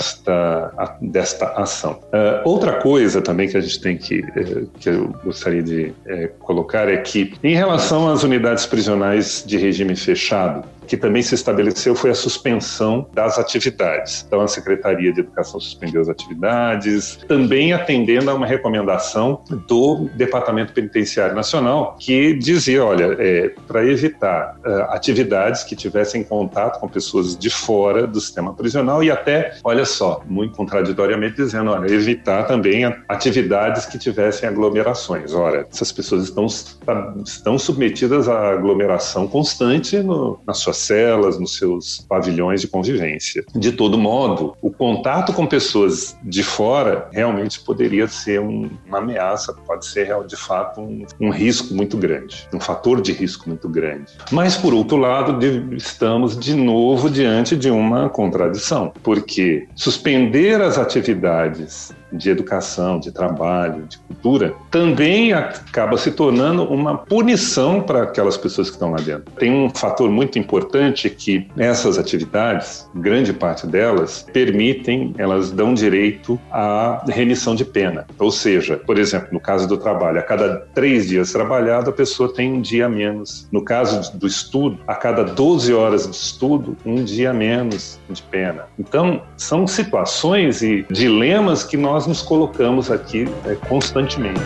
D: desta, desta ação. Uh, outra coisa também que a gente tem que, uh, que eu gostaria de uh, colocar é que, em relação às unidades prisionais de regime fechado, que também se estabeleceu foi a suspensão das atividades. Então, a Secretaria de Educação suspendeu as atividades, também atendendo a uma recomendação do Departamento Penitenciário Nacional, que dizia, olha, é, para evitar uh, atividades que tivessem contato com pessoas de fora do sistema prisional e até, olha só, muito contraditoriamente dizendo, olha, evitar também atividades que tivessem aglomerações. Ora, essas pessoas estão, estão submetidas à aglomeração constante no, na sua celas, nos seus pavilhões de convivência. De todo modo, o contato com pessoas de fora realmente poderia ser um, uma ameaça, pode ser de fato um, um risco muito grande, um fator de risco muito grande. Mas, por outro lado, de, estamos de novo diante de uma contradição, porque suspender as atividades de educação, de trabalho, de cultura, também acaba se tornando uma punição para aquelas pessoas que estão lá dentro. Tem um fator muito importante que essas atividades, grande parte delas, permitem, elas dão direito à remissão de pena. Ou seja, por exemplo, no caso do trabalho, a cada três dias trabalhado, a pessoa tem um dia a menos. No caso do estudo, a cada doze horas de estudo, um dia a menos de pena. Então, são situações e dilemas que nós Nós nos colocamos aqui é, constantemente.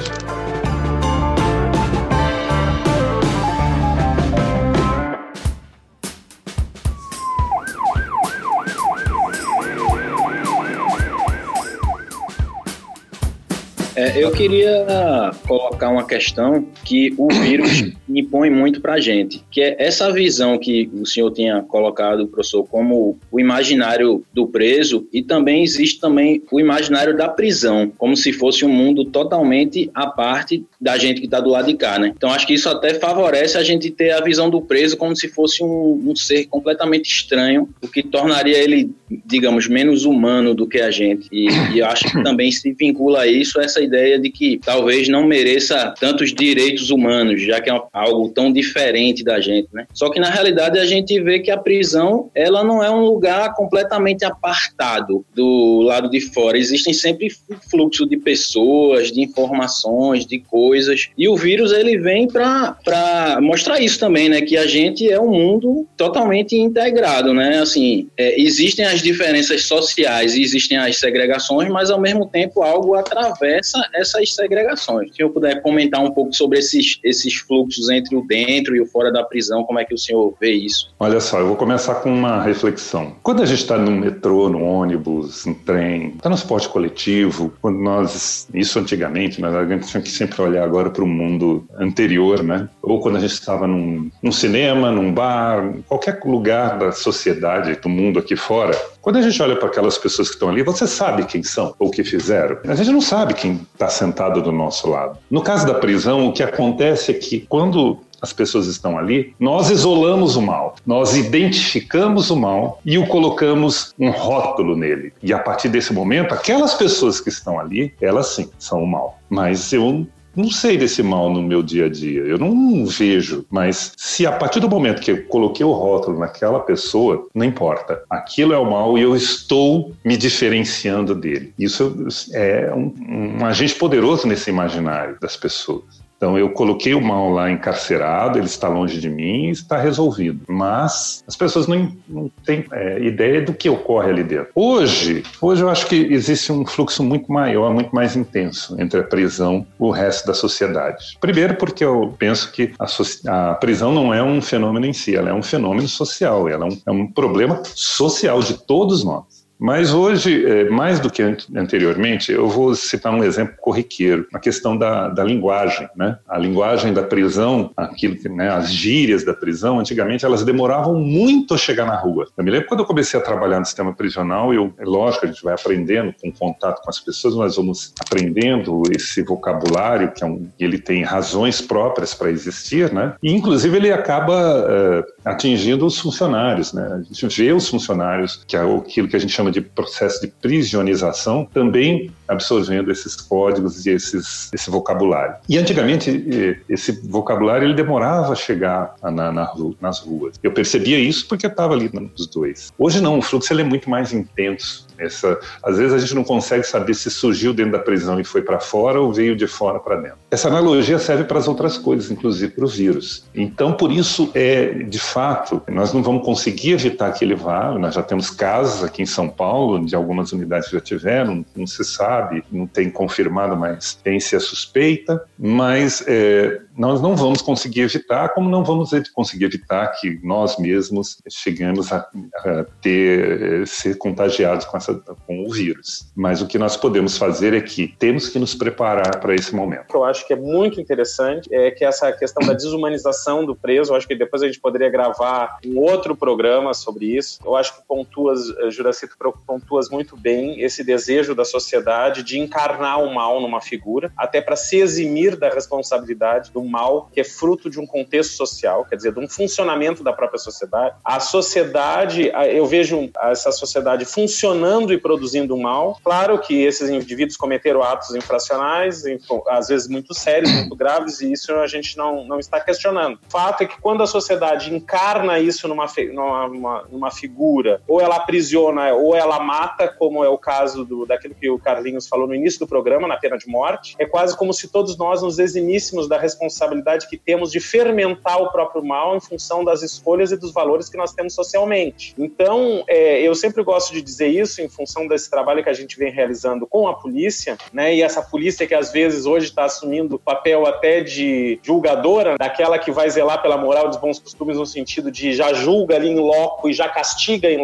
E: É, eu queria colocar uma questão que o vírus impõe muito para a gente, que é essa visão que o senhor tinha colocado, professor, como o imaginário do preso, e também existe também o imaginário da prisão, como se fosse um mundo totalmente à parte da gente que está do lado de cá, né? Então acho que isso até favorece a gente ter a visão do preso como se fosse um, um ser completamente estranho, o que tornaria ele, digamos, menos humano do que a gente. E, e eu acho que também se vincula a isso essa ideia de que talvez não mereça tantos direitos humanos, já que é algo tão diferente da gente, né? Só que na realidade a gente vê que a prisão, ela não é um lugar completamente apartado do lado de fora. Existem sempre fluxo de pessoas, de informações, de coisas. E o vírus, ele vem para mostrar isso também, né? Que a gente é um mundo totalmente integrado, né? Assim, é, existem as diferenças sociais e existem as segregações, mas ao mesmo tempo algo atravessa essas segregações. Se eu puder comentar um pouco sobre esses, esses fluxos entre o dentro e o fora da prisão, como é que o senhor vê isso?
D: Olha só, eu vou começar com uma reflexão. Quando a gente está no metrô, no ônibus, no trem, transporte coletivo, quando nós, isso antigamente, mas a gente tinha que sempre olhar agora para o mundo anterior, né? Ou quando a gente estava num, num cinema, num bar, qualquer lugar da sociedade, do mundo aqui fora, quando a gente olha para aquelas pessoas que estão ali, você sabe quem são ou o que fizeram. A gente não sabe quem está sentado do nosso lado. No caso da prisão, o que acontece é que quando as pessoas estão ali, nós isolamos o mal, nós identificamos o mal e o colocamos um rótulo nele. E a partir desse momento, aquelas pessoas que estão ali, elas sim, são o mal. Mas eu não sei desse mal no meu dia a dia, eu não vejo, mas se a partir do momento que eu coloquei o rótulo naquela pessoa, não importa, aquilo é o mal e eu estou me diferenciando dele. Isso é um, um agente poderoso nesse imaginário das pessoas. Então, eu coloquei o mal lá encarcerado, ele está longe de mim e está resolvido. Mas as pessoas não, não têm é, ideia do que ocorre ali dentro. Hoje, hoje eu acho que existe um fluxo muito maior, muito mais intenso entre a prisão e o resto da sociedade. Primeiro porque eu penso que a, so- a prisão não é um fenômeno em si, ela é um fenômeno social, ela é um, é um problema social de todos nós. Mas hoje, mais do que anteriormente, eu vou citar um exemplo corriqueiro, a questão da, da linguagem, né? A linguagem da prisão, aquilo que, né, as gírias da prisão, antigamente elas demoravam muito a chegar na rua. Eu me lembro quando eu comecei a trabalhar no sistema prisional, eu, é lógico, a gente vai aprendendo com contato com as pessoas, nós vamos aprendendo esse vocabulário, que é um, ele tem razões próprias para existir, né? E inclusive ele acaba uh, atingindo os funcionários, né? A gente vê os funcionários, que é aquilo que a gente chama de processo de prisionização, também absorvendo esses códigos e esses, esse vocabulário. E antigamente, esse vocabulário ele demorava a chegar na, na, nas ruas. Eu percebia isso porque eu estava ali nos dois. Hoje não, o fluxo ele é muito mais intenso. Essa, às vezes a gente não consegue saber se surgiu dentro da prisão e foi para fora ou veio de fora para dentro. Essa analogia serve para as outras coisas, inclusive para o vírus. Então, por isso, é, de fato, nós não vamos conseguir evitar que ele vá. Nós já temos casos aqui em São Paulo, de algumas unidades que já tiveram, não se sabe, não tem confirmado, mas tem-se a suspeita, mas é, nós não vamos conseguir evitar, como não vamos conseguir evitar que nós mesmos chegamos a, a ter, ser contagiados com, essa, com o vírus. Mas o que nós podemos fazer é que temos que nos preparar para esse momento.
B: O que eu acho que é muito interessante é que essa questão da desumanização do preso, eu acho que depois a gente poderia gravar um outro programa sobre isso. Eu acho que pontuas, Juracito, pontuas muito bem esse desejo da sociedade de encarnar o mal numa figura, até para se eximir da responsabilidade do mal, que é fruto de um contexto social, quer dizer, de um funcionamento da própria sociedade. A sociedade, eu vejo essa sociedade funcionando e produzindo mal. Claro que esses indivíduos cometeram atos infracionais, às vezes muito sérios, muito graves, e isso a gente não, não está questionando. O fato é que quando a sociedade encarna isso numa, numa, numa figura, ou ela aprisiona, ou ela mata, como é o caso do, daquilo que o Carlinhos falou no início do programa, na pena de morte, é quase como se todos nós nos eximíssemos da responsabilidade que temos de fermentar o próprio mal em função das escolhas e dos valores que nós temos socialmente. Então, é, eu sempre gosto de dizer isso em função desse trabalho que a gente vem realizando com a polícia, né? E essa polícia que às vezes hoje está assumindo o papel até de julgadora, daquela que vai zelar pela moral dos bons costumes no sentido de já julga ali em loco e já castiga em loco.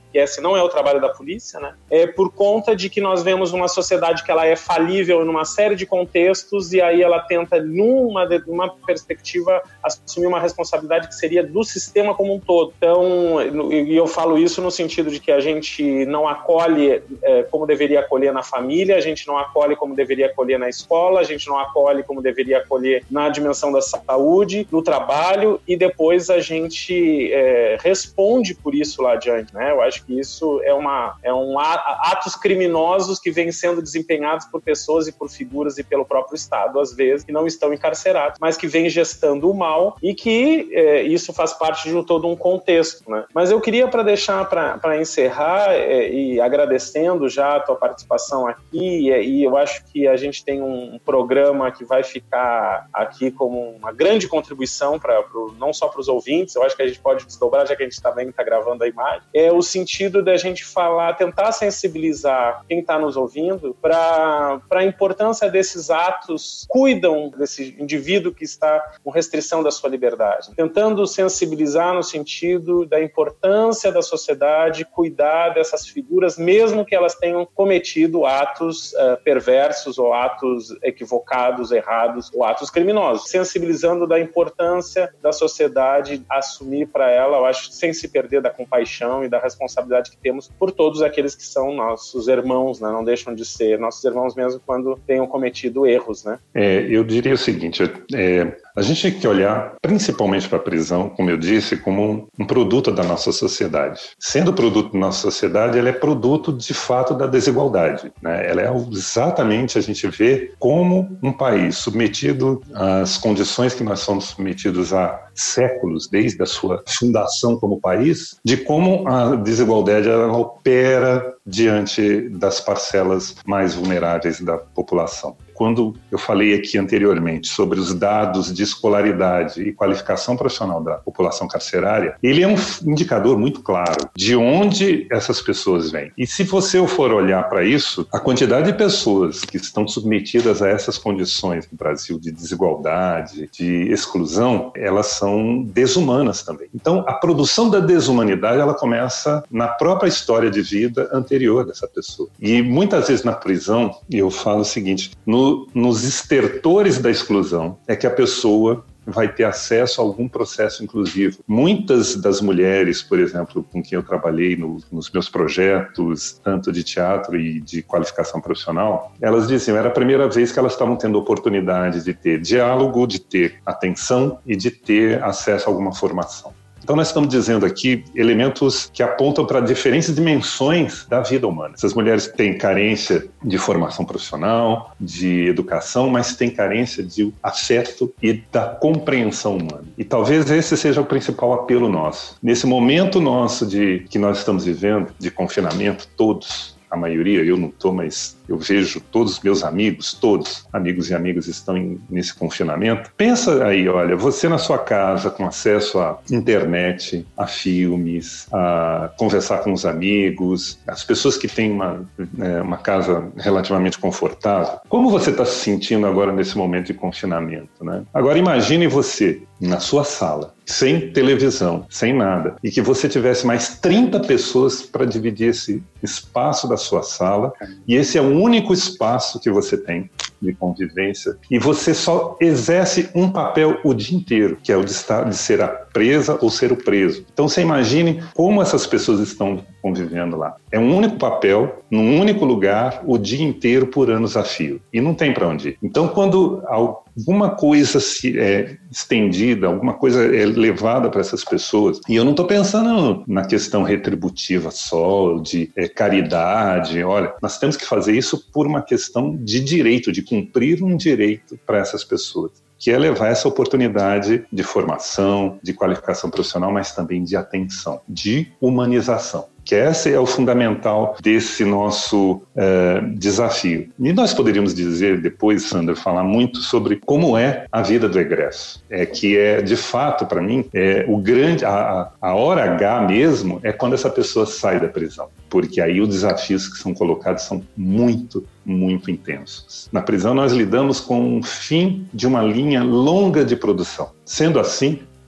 B: que esse não é o trabalho da polícia, né? É por conta de que nós vemos uma sociedade que ela é falível numa série de contextos e aí ela tenta, numa, numa perspectiva, assumir uma responsabilidade que seria do sistema como um todo. Então, e eu falo isso no sentido de que a gente não acolhe é, como deveria acolher na família, a gente não acolhe como deveria acolher na escola, a gente não acolhe como deveria acolher na dimensão da saúde, no trabalho, e depois a gente é, responde por isso lá adiante, né? Eu acho que isso é, uma, é um atos criminosos que vêm sendo desempenhados por pessoas e por figuras e pelo próprio Estado, às vezes, que não estão encarcerados, mas que vêm gestando o mal e que é, isso faz parte de todo um contexto, né? Mas eu queria, para deixar, para encerrar, é, e agradecendo já a tua participação aqui, é, e eu acho que a gente tem um, um programa que vai ficar aqui como uma grande contribuição, pra, pro, não só para os ouvintes, eu acho que a gente pode desdobrar, já que a gente também está gravando a imagem, é o sentido da gente falar, tentar sensibilizar quem está nos ouvindo para a importância desses atos, cuidam desse indivíduo que está com restrição da sua liberdade, tentando sensibilizar no sentido da importância da sociedade cuidar dessas figuras, mesmo que elas tenham cometido atos uh, perversos ou atos equivocados, errados ou atos criminosos, sensibilizando da importância da sociedade assumir para ela, eu acho, sem se perder da compaixão e da responsabilidade que temos por todos aqueles que são nossos irmãos, né? Não deixam de ser nossos irmãos mesmo quando tenham cometido erros, né?
D: É, eu diria o seguinte, é, a gente tem que olhar principalmente para a prisão, como eu disse, como um, um produto da nossa sociedade. Sendo produto da nossa sociedade, ela é produto de fato da desigualdade, né? Ela é exatamente, a gente vê como um país submetido às condições que nós somos submetidos há séculos, desde a sua fundação como país, de como a desigualdade ela opera diante das parcelas mais vulneráveis da população. Quando eu falei aqui anteriormente sobre os dados de escolaridade e qualificação profissional da população carcerária, ele é um indicador muito claro de onde essas pessoas vêm. E se você for olhar para isso, a quantidade de pessoas que estão submetidas a essas condições no Brasil de desigualdade, de exclusão, elas são desumanas também. Então, a produção da desumanidade, ela começa na própria história de vida anterior dessa pessoa. E muitas vezes na prisão, eu falo o seguinte, no nos estertores da exclusão é que a pessoa vai ter acesso a algum processo inclusivo. Muitas das mulheres, por exemplo, com quem eu trabalhei no, nos meus projetos, tanto de teatro e de qualificação profissional, elas diziam que era a primeira vez que elas estavam tendo oportunidade de ter diálogo, de ter atenção e de ter acesso a alguma formação. Então nós estamos dizendo aqui elementos que apontam para diferentes dimensões da vida humana. Essas mulheres têm carência de formação profissional, de educação, mas têm carência de afeto e da compreensão humana. E talvez esse seja o principal apelo nosso. Nesse momento nosso de que nós estamos vivendo, de confinamento, todos, a maioria, eu não estou, mas eu vejo todos os meus amigos, todos, amigos e amigas estão em, nesse confinamento. Pensa aí, olha, você na sua casa com acesso à internet, a filmes, a conversar com os amigos, as pessoas que têm uma, é, uma casa relativamente confortável. Como você está se sentindo agora nesse momento de confinamento, né? Agora imagine você na sua sala, sem televisão, sem nada, e que você tivesse mais trinta pessoas para dividir esse espaço da sua sala, e esse é o único espaço que você tem de convivência, e você só exerce um papel o dia inteiro, que é o de, estar, de ser a presa ou ser o preso. Então você imagine como essas pessoas estão convivendo lá. É um único papel, num único lugar, o dia inteiro por anos a fio. E não tem para onde ir. Então quando alguma coisa se é estendida, alguma coisa é levada para essas pessoas, e eu não estou pensando na questão retributiva só, de é, caridade, olha, nós temos que fazer isso por uma questão de direito, de cumprir um direito para essas pessoas, que é levar essa oportunidade de formação, de qualificação profissional, mas também de atenção, de humanização. Que esse é o fundamental desse nosso é, desafio. E nós poderíamos dizer depois, Sandra, falar muito sobre como é a vida do egresso. É que é, de fato, para mim, é o grande, a, a hora H mesmo é quando essa pessoa sai da prisão. Porque aí os desafios que são colocados são muito, muito intensos. Na prisão nós lidamos com o fim de uma linha longa de produção. Sendo assim,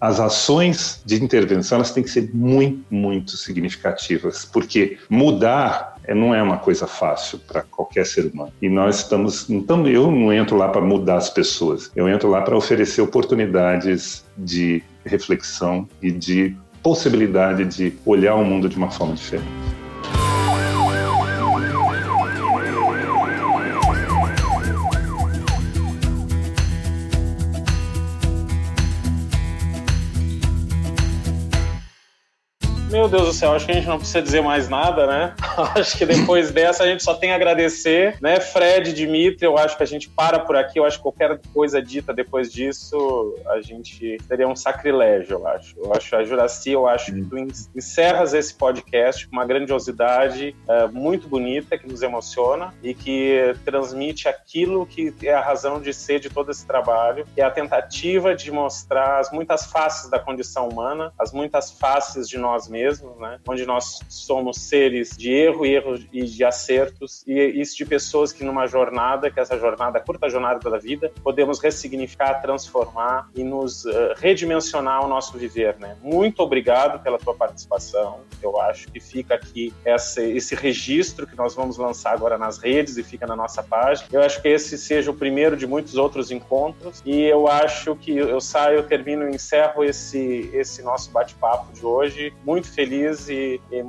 D: as ações de intervenção elas têm que ser muito, muito significativas, porque mudar não é uma coisa fácil para qualquer ser humano. E nós estamos... Então, eu não entro lá para mudar as pessoas, eu entro lá para oferecer oportunidades de reflexão e de possibilidade de olhar o mundo de uma forma diferente.
B: Meu Deus do céu, acho que a gente não precisa dizer mais nada, né? Acho que depois dessa a gente só tem a agradecer, né? Fred, Dimitri, eu acho que a gente para por aqui, eu acho que qualquer coisa dita depois disso, a gente teria um sacrilégio, eu acho. Eu acho, a Juraci, eu acho que tu encerras esse podcast com uma grandiosidade uh, muito bonita, que nos emociona e que transmite aquilo que é a razão de ser de todo esse trabalho, que é a tentativa de mostrar as muitas faces da condição humana, as muitas faces de nós mesmos, mesmo, né? Onde nós somos seres de erro, erro e de acertos, e isso de pessoas que numa jornada, que essa jornada, a curta jornada da vida, podemos ressignificar, transformar e nos uh, redimensionar o nosso viver, né? Muito obrigado pela tua participação. Eu acho que fica aqui essa, esse registro que nós vamos lançar agora nas redes e fica na nossa página. Eu acho que esse seja o primeiro de muitos outros encontros e eu acho que eu saio, eu termino e encerro esse, esse nosso bate-papo de hoje muito feliz e, e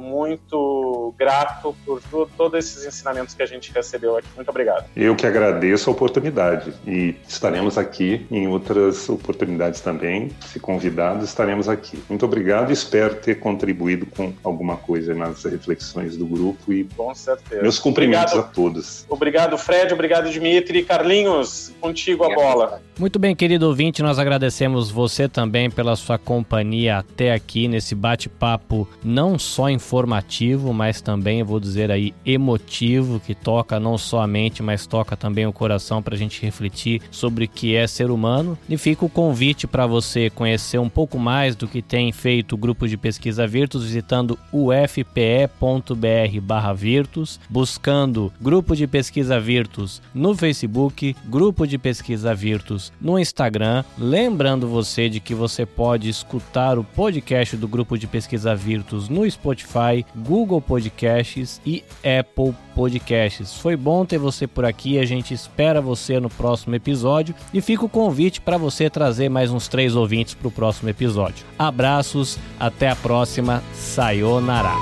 B: muito grato por tu, todos esses ensinamentos que a gente recebeu aqui. Muito obrigado.
D: Eu que agradeço a oportunidade e estaremos aqui em outras oportunidades também. Se convidados, estaremos aqui. Muito obrigado e espero ter contribuído com alguma coisa nas reflexões do grupo e
B: com certeza.
D: Meus cumprimentos
B: obrigado.
D: A todos.
B: Obrigado, Fred. Obrigado, Dimitri. Carlinhos, contigo a bola.
A: Muito bem, querido ouvinte, nós agradecemos você também pela sua companhia até aqui nesse bate-papo não só informativo, mas também, vou dizer aí, emotivo, que toca não só a mente, mas toca também o coração para a gente refletir sobre o que é ser humano. E fica o convite para você conhecer um pouco mais do que tem feito o Grupo de Pesquisa Virtus, visitando u f p e ponto b r barra Virtus, buscando Grupo de Pesquisa Virtus no Facebook, Grupo de Pesquisa Virtus no Instagram. Lembrando você de que você pode escutar o podcast do Grupo de Pesquisa Virtus no Spotify, Google Podcasts e Apple Podcasts. Foi bom ter você por aqui, a gente espera você no próximo episódio e fica o convite para você trazer mais uns três ouvintes para o próximo episódio. Abraços, até a próxima, sayonara!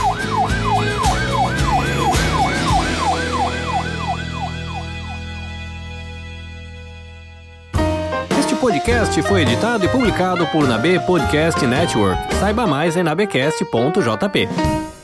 A: Este podcast foi editado e publicado por Nabê Podcast Network. Saiba mais em nabecast ponto j p.